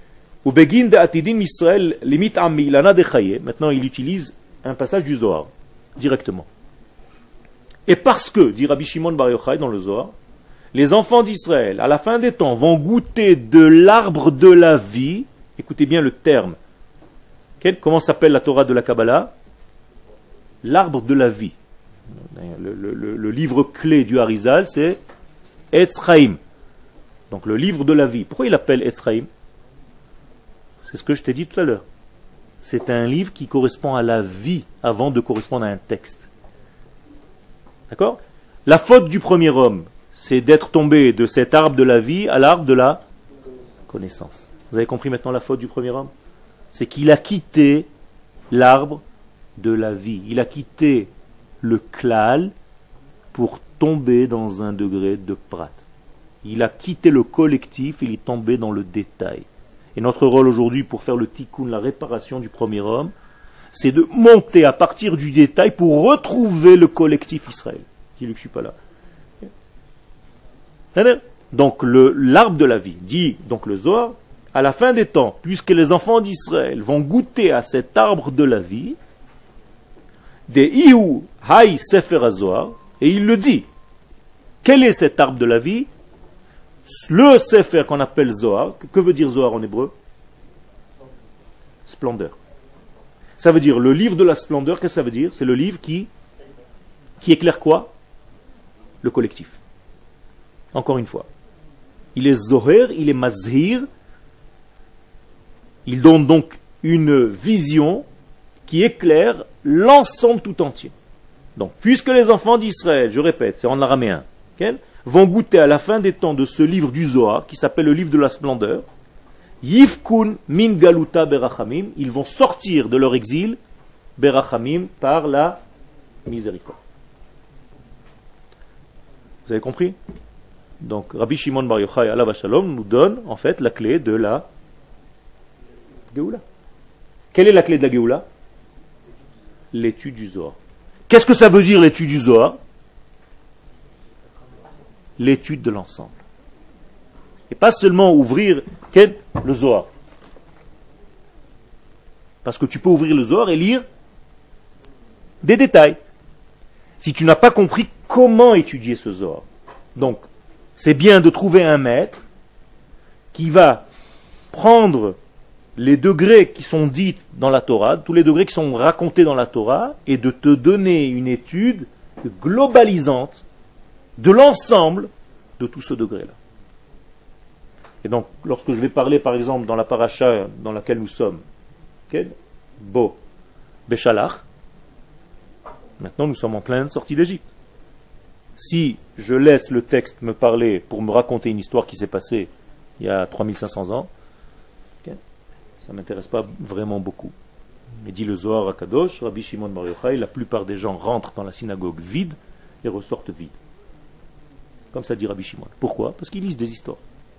A: Maintenant, il utilise un passage du Zohar, directement. Et parce que, dit Rabbi Shimon Bar Yochai dans le Zohar, les enfants d'Israël, à la fin des temps, vont goûter de l'arbre de la vie. Écoutez bien le terme. Okay? Comment s'appelle la Torah de la Kabbalah? L'arbre de la vie. Le, le, le, le livre clé du Harizal, c'est Etz Chaim. Donc le livre de la vie. Pourquoi il appelle Etz Chaim? C'est ce que je t'ai dit tout à l'heure. c'est un livre qui correspond à la vie avant de correspondre à un texte. D'accord? La faute du premier homme, c'est d'être tombé de cet arbre de la vie à l'arbre de la connaissance. Vous avez compris maintenant la faute du premier homme? C'est qu'il a quitté l'arbre de la vie. Il a quitté le klal pour tomber dans un degré de prat. Il a quitté le collectif, il est tombé dans le détail. Et notre rôle aujourd'hui pour faire le tikkun, la réparation du premier homme, c'est de monter à partir du détail pour retrouver le collectif Israël. Dis-lui que je ne suis pas là. Donc le, l'arbre de la vie, dit donc le Zohar, à la fin des temps, puisque les enfants d'Israël vont goûter à cet arbre de la vie, des Ihu Hay Sefer HaZohar, et il le dit. Quel est cet arbre de la vie? Le Sefer qu'on appelle Zohar. Que veut dire Zohar en hébreu? Splendeur. Ça veut dire le livre de la splendeur. Qu'est-ce que ça veut dire? C'est le livre qui, qui éclaire quoi? Le collectif. Encore une fois. Il est Zohar, il est Mazhir. Il donne donc une vision qui éclaire l'ensemble tout entier. Donc, puisque les enfants d'Israël, je répète, c'est en araméen, okay, vont goûter à la fin des temps de ce livre du Zohar, qui s'appelle le livre de la splendeur, Yifkun min galuta berachamim, ils vont sortir de leur exil, berachamim, par la miséricorde. Vous avez compris? Donc, Rabbi Shimon Bar Yochai, alav shalom, nous donne en fait la clé de la Géoula. Quelle est la clé de la Géoula? L'étude du Zohar. Qu'est-ce que ça veut dire l'étude du Zohar? L'étude de l'ensemble. Et pas seulement ouvrir quel, le Zohar. Parce que tu peux ouvrir le Zohar et lire des détails. Si tu n'as pas compris comment étudier ce Zohar. Donc, c'est bien de trouver un maître qui va prendre les degrés qui sont dits dans la Torah, tous les degrés qui sont racontés dans la Torah, et de te donner une étude globalisante de l'ensemble de tout ce degré-là. Et donc, lorsque je vais parler, par exemple, dans la paracha dans laquelle nous sommes, okay, Bo, Béchalach, maintenant nous sommes en pleine sortie d'Égypte. Si je laisse le texte me parler pour me raconter une histoire qui s'est passée il y a trois mille cinq cents ans, okay, ça ne m'intéresse pas vraiment beaucoup. Mais dit le Zohar à Kadosh, Rabbi Shimon Bar Yochai, la plupart des gens rentrent dans la synagogue vide et ressortent vides. Comme ça dit Rabbi Shimon. Pourquoi? Parce qu'ils lisent des histoires.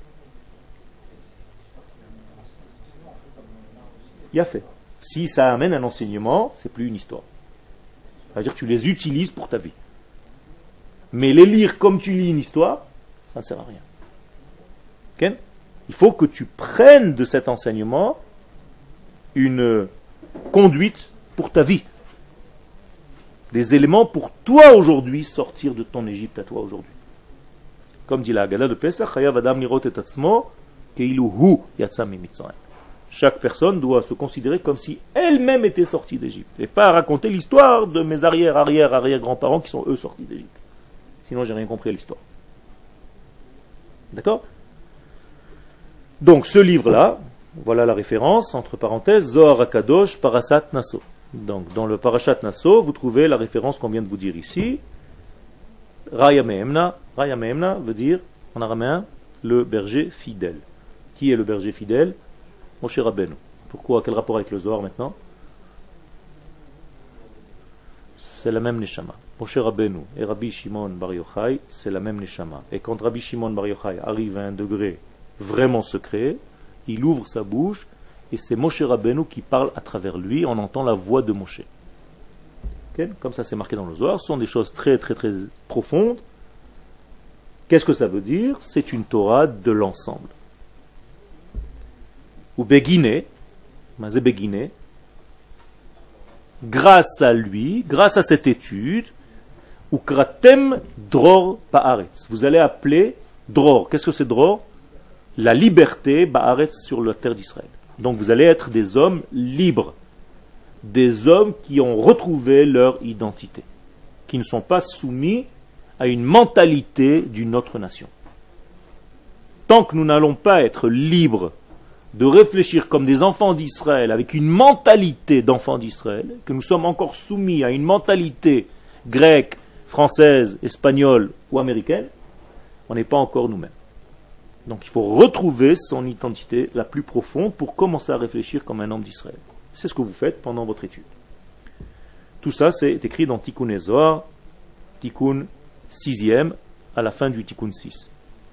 A: Il a fait. Si ça amène un enseignement, c'est plus une histoire. C'est-à-dire que tu les utilises pour ta vie. Mais les lire comme tu lis une histoire, ça ne sert à rien. Okay? Il faut que tu prennes de cet enseignement une conduite pour ta vie. Des éléments pour toi aujourd'hui sortir de ton Égypte à toi aujourd'hui. Comme dit la Haggadah de Pesach, Chayav Adam lirot et atzmo keilu hu yatsa mimitzrayim. Chaque personne doit se considérer comme si elle-même était sortie d'Égypte. Et pas raconter l'histoire de mes arrière, arrière, arrière grands-parents qui sont eux sortis d'Égypte. Sinon, j'ai rien compris à l'histoire. D'accord? Donc, ce livre-là, voilà la référence, entre parenthèses, Zohar HaKadosh, Parashat Naso. Donc, dans le Parashat Naso, vous trouvez la référence qu'on vient de vous dire ici. Raya Mehemna. Raya Mehemna veut dire, en araméen, le berger fidèle. Qui est le berger fidèle? Moshe Rabbeinu. Pourquoi? Quel rapport avec le Zohar maintenant? C'est la même neshama. Moshe Rabbeinu et Rabbi Shimon Bar Yochai, c'est la même neshama. Et quand Rabbi Shimon Bar Yochai arrive à un degré vraiment secret, il ouvre sa bouche et c'est Moshe Rabbeinu qui parle à travers lui, on entend la voix de Moshe. Okay? Comme ça c'est marqué dans le Zohar, ce sont des choses très très très profondes. Qu'est-ce que ça veut dire? C'est une Torah de l'ensemble. Ou Beginé, Mazé Beginé, grâce à lui, grâce à cette étude, ou Kratem Dror Baaretz. Vous allez appeler Dror. Qu'est-ce que c'est Dror? La liberté Baaretz sur la terre d'Israël. Donc vous allez être des hommes libres, des hommes qui ont retrouvé leur identité, qui ne sont pas soumis à une mentalité d'une autre nation. Tant que nous n'allons pas être libres de réfléchir comme des enfants d'Israël, avec une mentalité d'enfants d'Israël, que nous sommes encore soumis à une mentalité grecque, française, espagnole ou américaine, on n'est pas encore nous-mêmes. Donc il faut retrouver son identité la plus profonde pour commencer à réfléchir comme un homme d'Israël. C'est ce que vous faites pendant votre étude. Tout ça, c'est écrit dans Tikkun Ezohar, Tikkun sixième, à la fin du Tikkun six.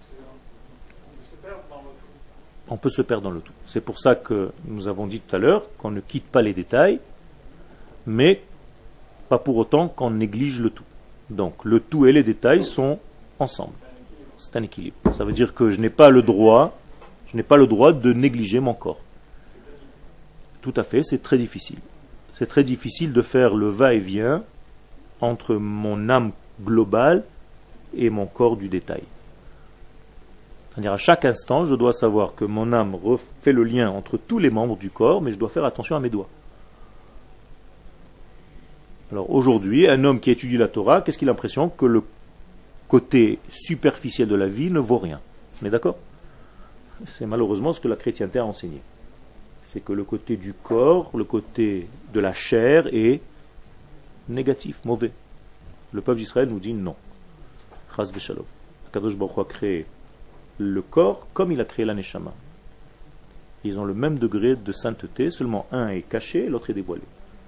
A: On peut se perdre dans le tout. C'est pour ça que nous avons dit tout à l'heure qu'on ne quitte pas les détails, mais pas pour autant qu'on néglige le tout. Donc le tout et les détails sont ensemble. C'est un équilibre. Ça veut dire que je n'ai pas le droit, je n'ai pas le droit de négliger mon corps. Tout à fait, c'est très difficile. C'est très difficile de faire le va-et-vient entre mon âme globale et mon corps du détail. C'est-à-dire à chaque instant, je dois savoir que mon âme fait le lien entre tous les membres du corps, mais je dois faire attention à mes doigts. Alors aujourd'hui, un homme qui étudie la Torah, qu'est-ce qu'il a l'impression? Que le côté superficiel de la vie ne vaut rien. On est d'accord? C'est malheureusement ce que la chrétienté a enseigné. C'est que le côté du corps, le côté de la chair est négatif, mauvais. Le peuple d'Israël nous dit non. Chas v'shalom. Kadosh Baruch Hu a créé le corps comme il a créé la neshama. Ils ont le même degré de sainteté, seulement un est caché, l'autre est dévoilé.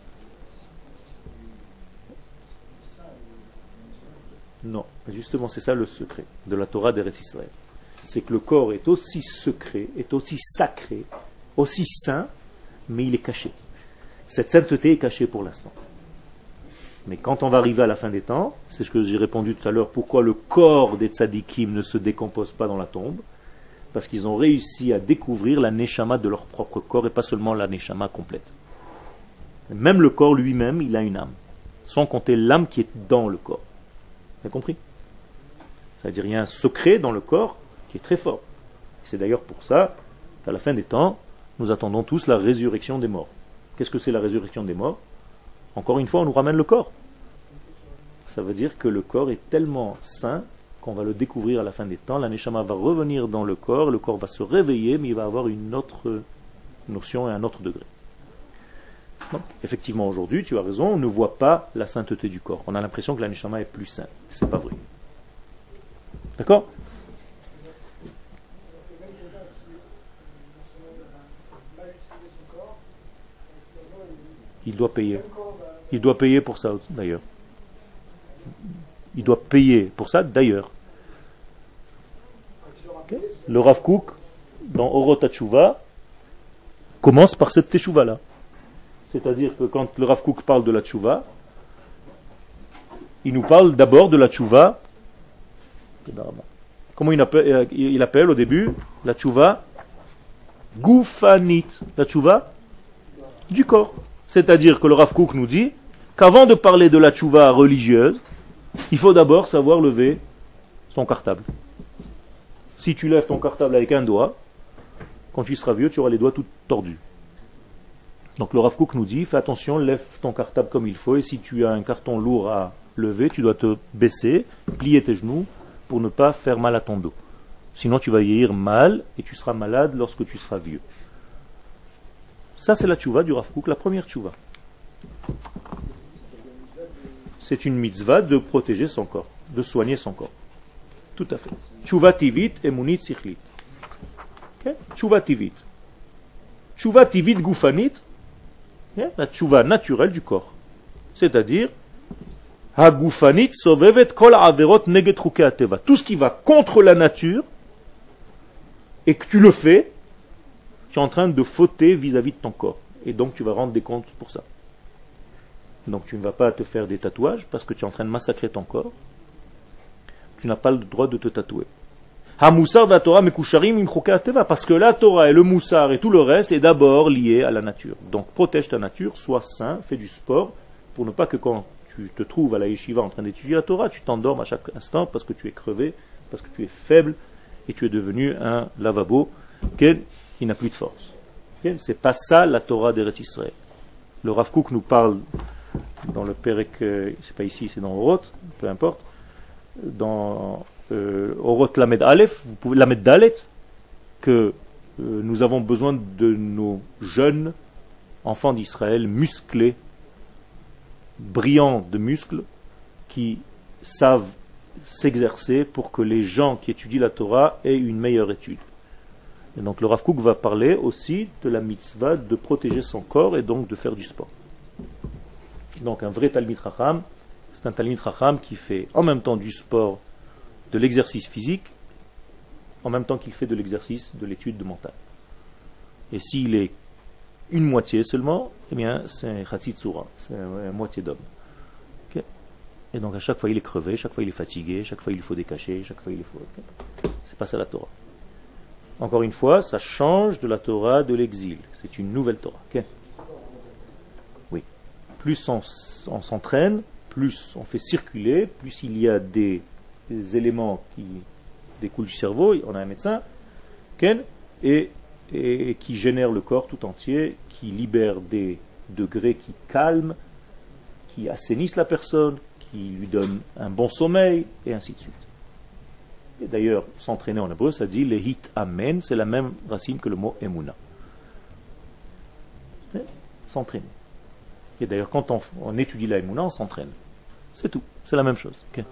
A: Non, justement c'est ça le secret de la Torah d'Eretz Israël. C'est que le corps est aussi secret, est aussi sacré, aussi saint, mais il est caché. Cette sainteté est cachée pour l'instant. Mais quand on va arriver à la fin des temps, c'est ce que j'ai répondu tout à l'heure, pourquoi le corps des tzadikim ne se décompose pas dans la tombe? Parce qu'ils ont réussi à découvrir la neshama de leur propre corps et pas seulement la neshama complète. Même le corps lui-même, il a une âme, sans compter l'âme qui est dans le corps. Vous avez compris? C'est-à-dire qu'il y a un secret dans le corps qui est très fort. C'est d'ailleurs pour ça qu'à la fin des temps, nous attendons tous la résurrection des morts. Qu'est-ce que c'est la résurrection des morts? Encore une fois, on nous ramène le corps. Ça veut dire que le corps est tellement saint qu'on va le découvrir à la fin des temps. La neshama va revenir dans le corps, le corps va se réveiller, mais il va avoir une autre notion et un autre degré. Donc, effectivement, aujourd'hui, tu as raison, on ne voit pas la sainteté du corps. On a l'impression que la neshama est plus sainte. C'est pas vrai. D'accord? Il doit payer. Il doit payer pour ça, d'ailleurs. Il doit payer pour ça, d'ailleurs. Okay. Le Rav Kook, dans Orot HaTshuva, commence par cette teshuva-là. C'est-à-dire que quand le Rav Kook parle de la teshuva, il nous parle d'abord de la teshuva. Comment il appelle, il appelle au début la teshuva gufanit, la teshuva du corps. C'est-à-dire que le Rav Kook nous dit qu'avant de parler de la teshuva religieuse, il faut d'abord savoir lever son cartable. Si tu lèves ton cartable avec un doigt, quand tu seras vieux, tu auras les doigts tout tordus. Donc le Rav Kook nous dit, fais attention, lève ton cartable comme il faut, et si tu as un carton lourd à lever, tu dois te baisser, plier tes genoux, pour ne pas faire mal à ton dos. Sinon tu vas vieillir mal, et tu seras malade lorsque tu seras vieux. Ça c'est la teshuva du Rav Kook, la première teshuva. C'est une mitzvah de protéger son corps, de soigner son corps. Tout à fait. Teshuva tivit emunit sichlit. Okay? Teshuva tivit. Teshuva tivit gufanit, yeah? La teshuva naturelle du corps. C'est-à-dire, ha gufanit sovevet kol averot neget chukei hateva. Tout ce qui va contre la nature, et que tu le fais, tu es en train de fauter vis-à-vis de ton corps. Et donc tu vas rendre des comptes pour ça. Donc tu ne vas pas te faire des tatouages parce que tu es en train de massacrer ton corps. Tu n'as pas le droit de te tatouer. Ha-moussar va Torah mekusharim im chukei hateva. Parce que la Torah et le moussar et tout le reste est d'abord lié à la nature. Donc protège ta nature, sois sain, fais du sport, pour ne pas que quand tu te trouves à la yeshiva en train d'étudier la Torah, tu t'endormes à chaque instant parce que tu es crevé, parce que tu es faible et tu es devenu un lavabo qui n'a plus de force. C'est pas ça la Torah d'Eretz Israël. Le Rav Kook nous parle dans le Perek, c'est pas ici, c'est dans Orot, peu importe, dans euh, Orot Lamed Aleph, vous pouvez Lamed Dalet, que euh, nous avons besoin de nos jeunes enfants d'Israël musclés, brillants de muscles, qui savent s'exercer pour que les gens qui étudient la Torah aient une meilleure étude. Et donc le Rav Kook va parler aussi de la mitzvah de protéger son corps et donc de faire du sport. Et donc un vrai Talmid Chacham, c'est un Talmid Chacham qui fait en même temps du sport, de l'exercice physique, en même temps qu'il fait de l'exercice de l'étude de mental. Et s'il est une moitié seulement, eh bien c'est un Chatzitsura, c'est une moitié d'homme. Okay. Et donc à chaque fois il est crevé, chaque fois il est fatigué, chaque fois il faut décacher, chaque fois il faut... Okay. C'est pas ça la Torah. Encore une fois, ça change de la Torah de l'exil. C'est une nouvelle Torah. Okay. Oui. Plus on, on s'entraîne, plus on fait circuler, plus il y a des, des éléments qui découlent du cerveau. On a un médecin, okay, et, et qui génère le corps tout entier, qui libère des degrés qui calment, qui assainissent la personne, qui lui donnent un bon sommeil, et ainsi de suite. Et d'ailleurs, s'entraîner en hébreu, ça dit lehit amen, c'est la même racine que le mot emuna. S'entraîner. Et d'ailleurs, quand on, on étudie la emuna, on s'entraîne. C'est tout, c'est la même chose. Okay.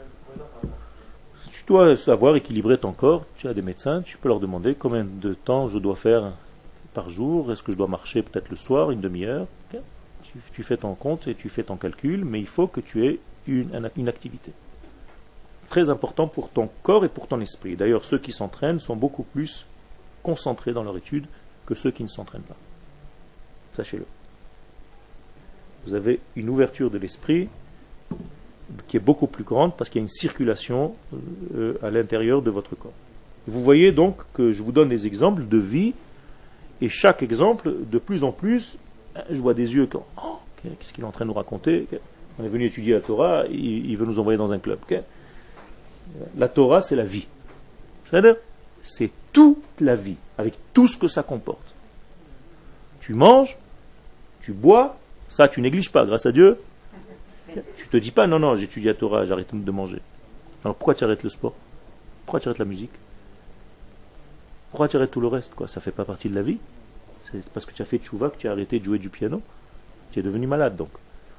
A: Tu dois savoir équilibrer ton corps, tu as des médecins, tu peux leur demander combien de temps je dois faire par jour, est-ce que je dois marcher peut-être le soir, une demi-heure. Okay. Tu, tu fais ton compte et tu fais ton calcul, mais il faut que tu aies une, une activité. Très important pour ton corps et pour ton esprit. D'ailleurs, ceux qui s'entraînent sont beaucoup plus concentrés dans leur étude que ceux qui ne s'entraînent pas. Sachez-le. Vous avez une ouverture de l'esprit qui est beaucoup plus grande parce qu'il y a une circulation euh, à l'intérieur de votre corps. Vous voyez donc que je vous donne des exemples de vie et chaque exemple, de plus en plus, je vois des yeux qui... Oh, qu'est-ce qu'il est en train de nous raconter? On est venu étudier la Torah, il, il veut nous envoyer dans un club. Okay. La Torah, c'est la vie. C'est toute la vie, avec tout ce que ça comporte. Tu manges, tu bois, ça tu négliges pas, grâce à Dieu. Tu te dis pas, non, non, j'étudie la Torah, j'arrête de manger. Alors pourquoi tu arrêtes le sport? Pourquoi tu arrêtes la musique? Pourquoi tu arrêtes tout le reste, quoi? Ça fait pas partie de la vie. C'est parce que tu as fait tchouva que tu as arrêté de jouer du piano. Tu es devenu malade, donc.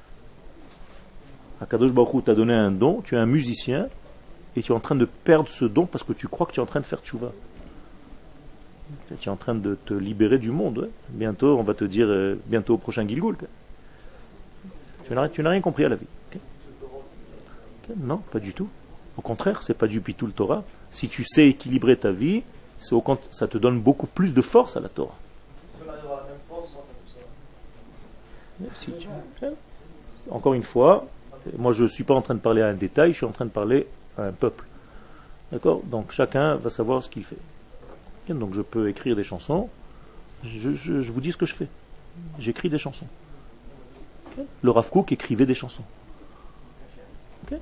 A: Akadosh Baruch Hu t'a donné un don, tu es un musicien, et tu es en train de perdre ce don parce que tu crois que tu es en train de faire tchouva. Tu es en train de te libérer du monde. Ouais. Bientôt, on va te dire, euh, bientôt au prochain Gilgoul. Tu n'as, tu n'as rien compris à la vie. Okay. Okay. Non, pas du tout. Au contraire, c'est pas du pitou le Torah. Si tu sais équilibrer ta vie, c'est au compte, ça te donne beaucoup plus de force à la Torah. Si tu... Encore une fois, moi je ne suis pas en train de parler à un détail, je suis en train de parler à un peuple. D'accord? Donc chacun va savoir ce qu'il fait. Donc je peux écrire des chansons, je, je, je vous dis ce que je fais. J'écris des chansons. Okay. Le Rav Kook écrivait des chansons. Ok?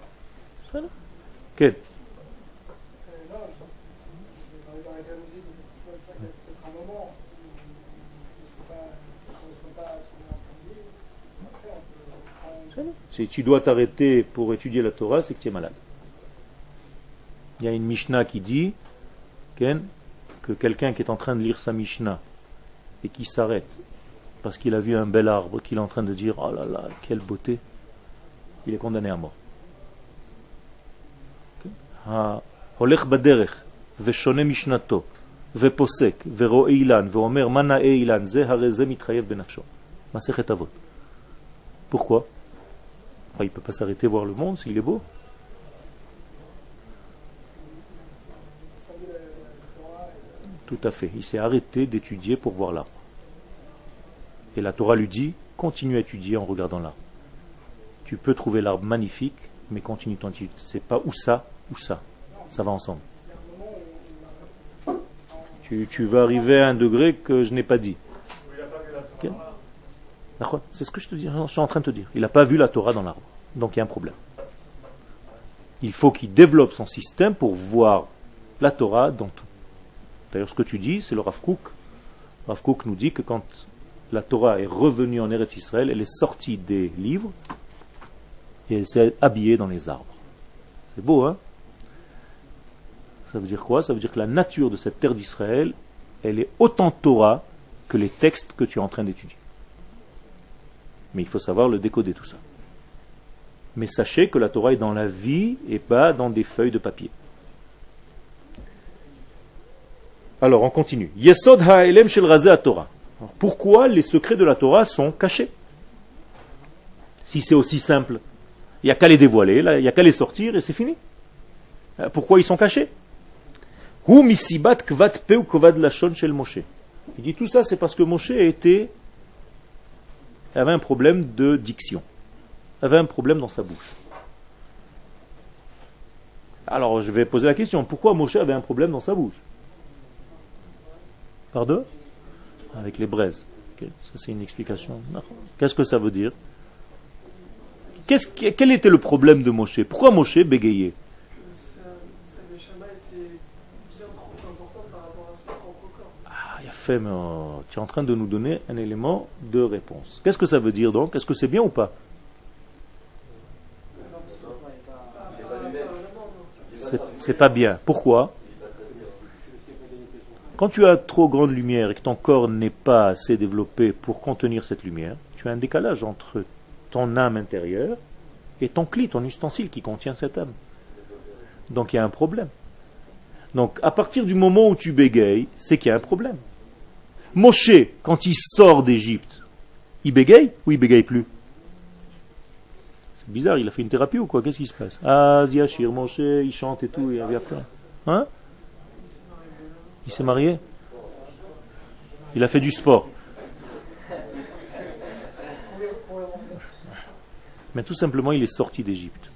A: Ok. Si tu dois t'arrêter pour étudier la Torah, c'est que tu es malade. Il y a une Mishnah qui dit Ken, que quelqu'un qui est en train de lire sa Mishnah et qui s'arrête parce qu'il a vu un bel arbre, qu'il est en train de dire oh là là, quelle beauté, il est condamné à mort. הולך בדרך ושונה משנתו ופוסק ורואה אילן ואומר מה נאה אילן זה הרי זה מתחייב בנפשו. מסכת אבות. Pourquoi? Il ne peut pas s'arrêter voir le monde s'il est beau. Tout à fait. Il s'est arrêté d'étudier pour voir l'arbre. Et la Torah lui dit, continue à étudier en regardant l'arbre. Tu peux trouver l'arbre magnifique, mais continue ton étude. C'est pas où ça, ou ça. Ça va ensemble. Tu, tu vas arriver à un degré que je n'ai pas dit. Okay. C'est ce que je te dis, je suis en train de te dire. Il n'a pas vu la Torah dans l'arbre. Donc il y a un problème. Il faut qu'il développe son système pour voir la Torah dans tout. D'ailleurs, ce que tu dis, c'est le Rav Kook. Rav Kook nous dit que quand la Torah est revenue en Eretz Israël, elle est sortie des livres et elle s'est habillée dans les arbres. C'est beau, hein? Ça veut dire quoi? Ça veut dire que la nature de cette terre d'Israël elle est autant Torah que les textes que tu es en train d'étudier. Mais il faut savoir le décoder tout ça. Mais sachez que la Torah est dans la vie et pas dans des feuilles de papier. Alors on continue. Yesod ha'elem shel razeh Torah. Pourquoi les secrets de la Torah sont cachés? Si c'est aussi simple, il n'y a qu'à les dévoiler, il n'y a qu'à les sortir et c'est fini. Pourquoi ils sont cachés? Hu misibat kvat pe u kvad lashon shel Moshe. Il dit tout ça, c'est parce que Moshe était, avait un problème de diction, avait un problème dans sa bouche. Alors je vais poser la question, pourquoi Moshe avait un problème dans sa bouche? Pardon? Avec les braises. Okay. Ça c'est une explication. Qu'est-ce que ça veut dire? Qu'est-ce, quel était le problème de Moshe? Pourquoi Moshe bégayait? Ah, il a fait, mais oh, tu es en train de nous donner un élément de réponse. Qu'est-ce que ça veut dire donc? Est-ce que c'est bien ou pas? C'est, c'est pas bien. Pourquoi? Quand tu as trop grande lumière et que ton corps n'est pas assez développé pour contenir cette lumière, tu as un décalage entre ton âme intérieure et ton cli, ton ustensile qui contient cette âme. Donc il y a un problème. Donc à partir du moment où tu bégayes, c'est qu'il y a un problème. Moshe, quand il sort d'Égypte, il bégaye ou il bégaye plus? C'est bizarre, il a fait une thérapie ou quoi? Qu'est-ce qui se passe? Ah, Ziachir, Moshe, il chante et tout, il revient plein. Hein? Il s'est marié? Il a fait du sport. Mais tout simplement, il est sorti d'Égypte.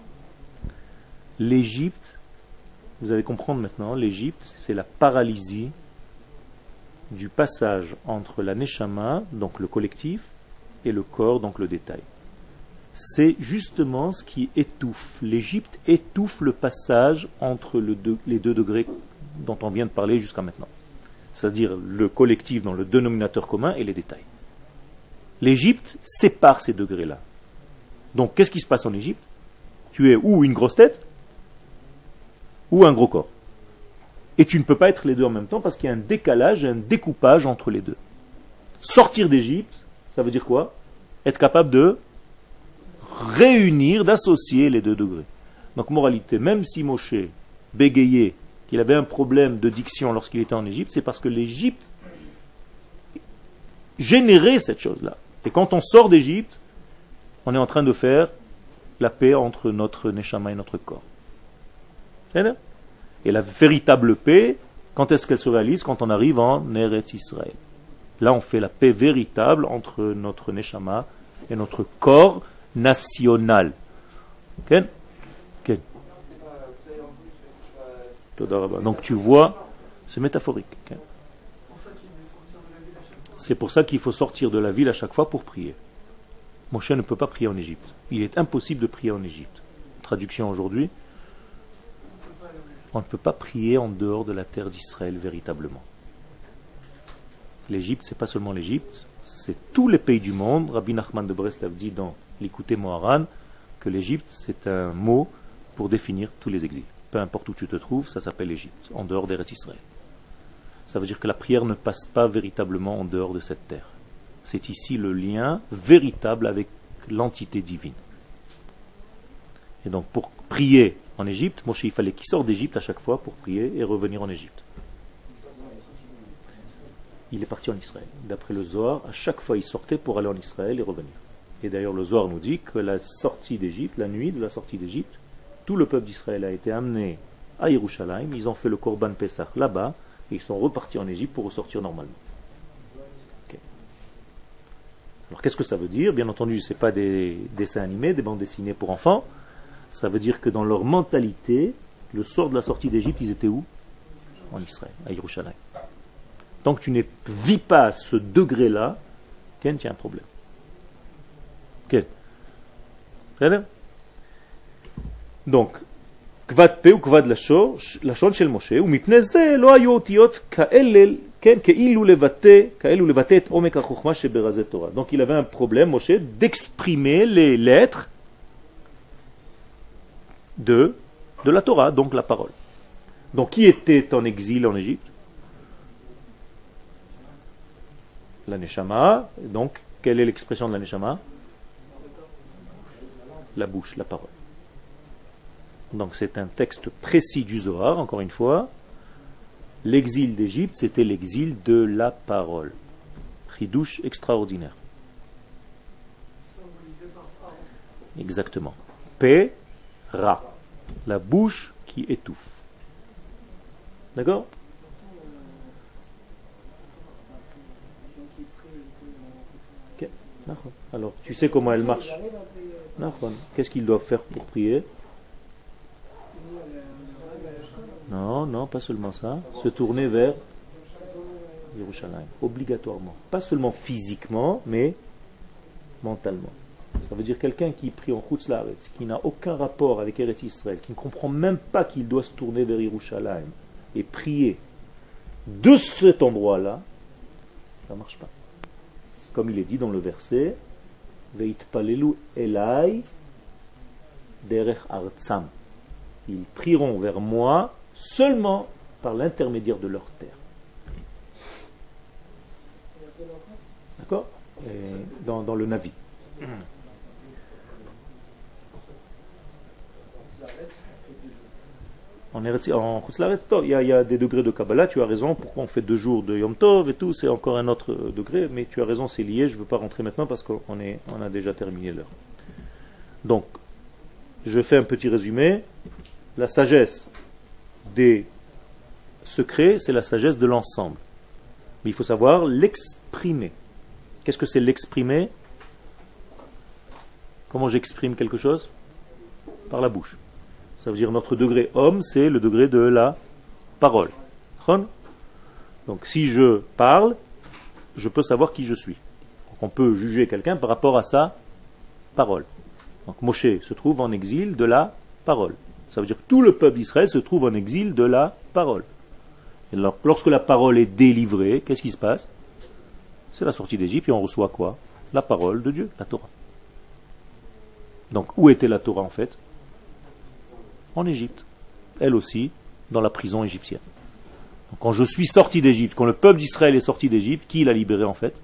A: L'Égypte, vous allez comprendre maintenant, l'Égypte, c'est la paralysie du passage entre la neshama, donc le collectif, et le corps, donc le détail. C'est justement ce qui étouffe. L'Égypte étouffe le passage entre le deux, les deux degrés dont on vient de parler jusqu'à maintenant. C'est-à-dire le collectif dans le dénominateur commun et les détails. L'Égypte sépare ces degrés-là. Donc, qu'est-ce qui se passe en Égypte? Tu es ou une grosse tête, ou un gros corps. Et tu ne peux pas être les deux en même temps parce qu'il y a un décalage, un découpage entre les deux. Sortir d'Égypte, ça veut dire quoi? Être capable de réunir, d'associer les deux degrés. Donc, moralité, même si Moshe bégayait, qu'il avait un problème de diction lorsqu'il était en Égypte, c'est parce que l'Égypte générait cette chose-là. Et quand on sort d'Égypte, on est en train de faire la paix entre notre neshama et notre corps. Et la véritable paix, quand est-ce qu'elle se réalise? Quand on arrive en Eretz Israël. Là, on fait la paix véritable entre notre neshama et notre corps national. Okay? Okay. Donc tu vois, c'est métaphorique. Okay? C'est pour ça qu'il faut sortir de la ville à chaque fois pour prier. Moshe ne peut pas prier en Égypte. Il est impossible de prier en Égypte. Traduction aujourd'hui, on ne peut pas prier en dehors de la terre d'Israël véritablement. L'Égypte, c'est pas seulement l'Égypte, c'est tous les pays du monde. Rabbi Nachman de Breslav dit dans l'Écouté Moharan que l'Égypte, c'est un mot pour définir tous les exils. Peu importe où tu te trouves, ça s'appelle l'Égypte, en dehors d'Eretz Israël. Ça veut dire que la prière ne passe pas véritablement en dehors de cette terre. C'est ici le lien véritable avec l'entité divine. Et donc pour prier en Égypte, Moshe, il fallait qu'il sorte d'Égypte à chaque fois pour prier et revenir en Égypte. Il est parti en Israël. D'après le Zohar, à chaque fois il sortait pour aller en Israël et revenir. Et d'ailleurs le Zohar nous dit que la sortie d'Égypte, la nuit de la sortie d'Égypte, tout le peuple d'Israël a été amené à Yerushalayim, ils ont fait le Korban Pesach là-bas, et ils sont repartis en Égypte pour ressortir normalement. Okay. Alors qu'est-ce que ça veut dire? Bien entendu, ce n'est pas des dessins animés, des bandes dessinées pour enfants. Ça veut dire que dans leur mentalité, le soir de la sortie d'Égypte, ils étaient où? En Israël, à Yerushalayim. Tant que tu ne vis pas à ce degré-là, Ken, tu as un problème. Ken. Donc, כבד פה וכבד לשון של משה, ומפני זה לא היו אותיות כאלה, כן, כאילו לבטא, כאלו לבטא את עומק החוכמה שברזי תורה. Donc il avait un problème, Moshe, d'exprimer les lettres de, de la Torah, donc la parole. Donc qui était en exil en Égypte? la neshama. Donc, quelle est l'expression de la neshama? La bouche, la parole. Donc c'est un texte précis du Zohar, encore une fois. L'exil d'Égypte, c'était l'exil de la parole. Chidouche extraordinaire. Exactement. P, Ra. La bouche qui étouffe. D'accord? Okay. Alors, tu sais comment elle marche? Qu'est-ce qu'ils doivent faire pour prier? Non, non, pas seulement ça. Se tourner vers Yerushalayim, obligatoirement. Pas seulement physiquement, mais mentalement. Ça veut dire quelqu'un qui prie en Chutz La'aretz, qui n'a aucun rapport avec Eretz Israël, qui ne comprend même pas qu'il doit se tourner vers Yerushalayim et prier de cet endroit-là, ça ne marche pas. C'est comme il est dit dans le verset, Veitpalelu elai derech artsam. Ils prieront vers moi seulement par l'intermédiaire de leur terre. D'accord? Et dans, dans le Navi. En Eretz, en Chutz La'aretz, il y, a, il y a des degrés de Kabbalah, tu as raison, pourquoi on fait deux jours de Yom Tov et tout, c'est encore un autre degré, mais tu as raison, c'est lié, je ne veux pas rentrer maintenant parce qu'on est, on a déjà terminé l'heure. Donc, je fais un petit résumé. La sagesse des secrets, c'est la sagesse de l'ensemble. Mais il faut savoir l'exprimer. Qu'est-ce que c'est l'exprimer? Comment j'exprime quelque chose? Par la bouche. Ça veut dire notre degré homme, c'est le degré de la parole. Donc si je parle, je peux savoir qui je suis. Donc on peut juger quelqu'un par rapport à sa parole. Donc Moshe se trouve en exil de la parole. Ça veut dire que tout le peuple d'Israël se trouve en exil de la parole. Et alors, lorsque la parole est délivrée, qu'est-ce qui se passe? C'est la sortie d'Égypte et on reçoit quoi? La parole de Dieu, la Torah. Donc où était la Torah en fait? En Égypte. Elle aussi, dans la prison égyptienne. Donc, quand je suis sorti d'Égypte, quand le peuple d'Israël est sorti d'Égypte, qui l'a libéré en fait?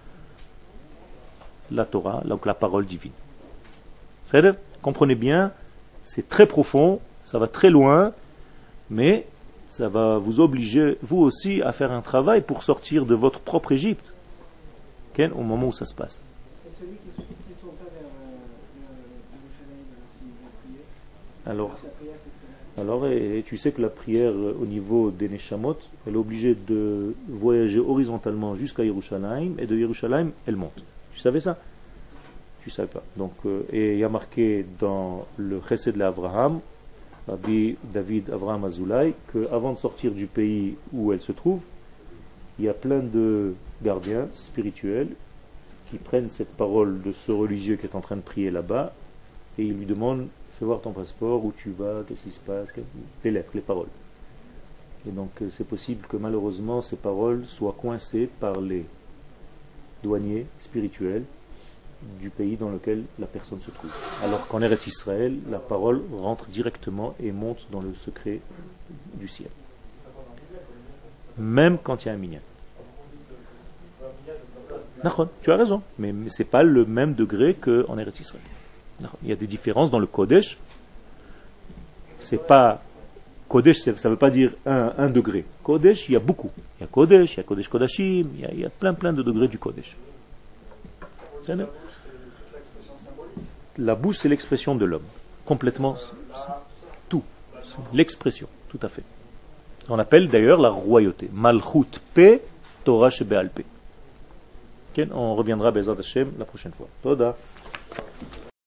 A: La Torah, donc la parole divine. C'est-à-dire, comprenez bien, c'est très profond, ça va très loin, mais ça va vous obliger, vous aussi, à faire un travail pour sortir de votre propre Égypte. Okay? Au moment où ça se passe.
C: Et celui qui ne se tourne pas vers Yerushalayim, s'il veut prier,
A: alors,
C: sa prière,
A: alors et, et tu sais que la prière euh, au niveau des Neshamot, elle est obligée de voyager horizontalement jusqu'à Yerushalayim, et de Yerushalayim, elle monte. Tu savais ça? Tu ne savais pas. Donc, euh, et il y a marqué dans le Chesed de l'Avraham, Rabbi David Avraham Azoulay, qu'avant de sortir du pays où elle se trouve, il y a plein de gardiens spirituels qui prennent cette parole de ce religieux qui est en train de prier là-bas et ils lui demandent: fais voir ton passeport, où tu vas, qu'est-ce qui se passe, les lettres, les paroles. Et donc euh, c'est possible que malheureusement ces paroles soient coincées par les douaniers spirituels du pays dans lequel la personne se trouve. Alors qu'en Eretz Israël, la parole rentre directement et monte dans le secret du ciel. Même quand il y a un minyan. Tu as raison, mais ce n'est pas le même degré qu'en Eretz Israël. Il y a des différences dans le Kodesh. C'est pas Kodesh, ça ne veut pas dire un, un degré. Kodesh, il y a beaucoup. Il y a Kodesh, il y a Kodesh Kodashim, il y a, il y a plein plein de degrés du Kodesh. C'est la bouche, c'est l'expression de l'homme. Complètement. Tout. L'expression. Tout à fait. On appelle d'ailleurs la royauté. Malchut P, Torah Shebe'al P. On reviendra Bezat Hashem la prochaine fois. Toda.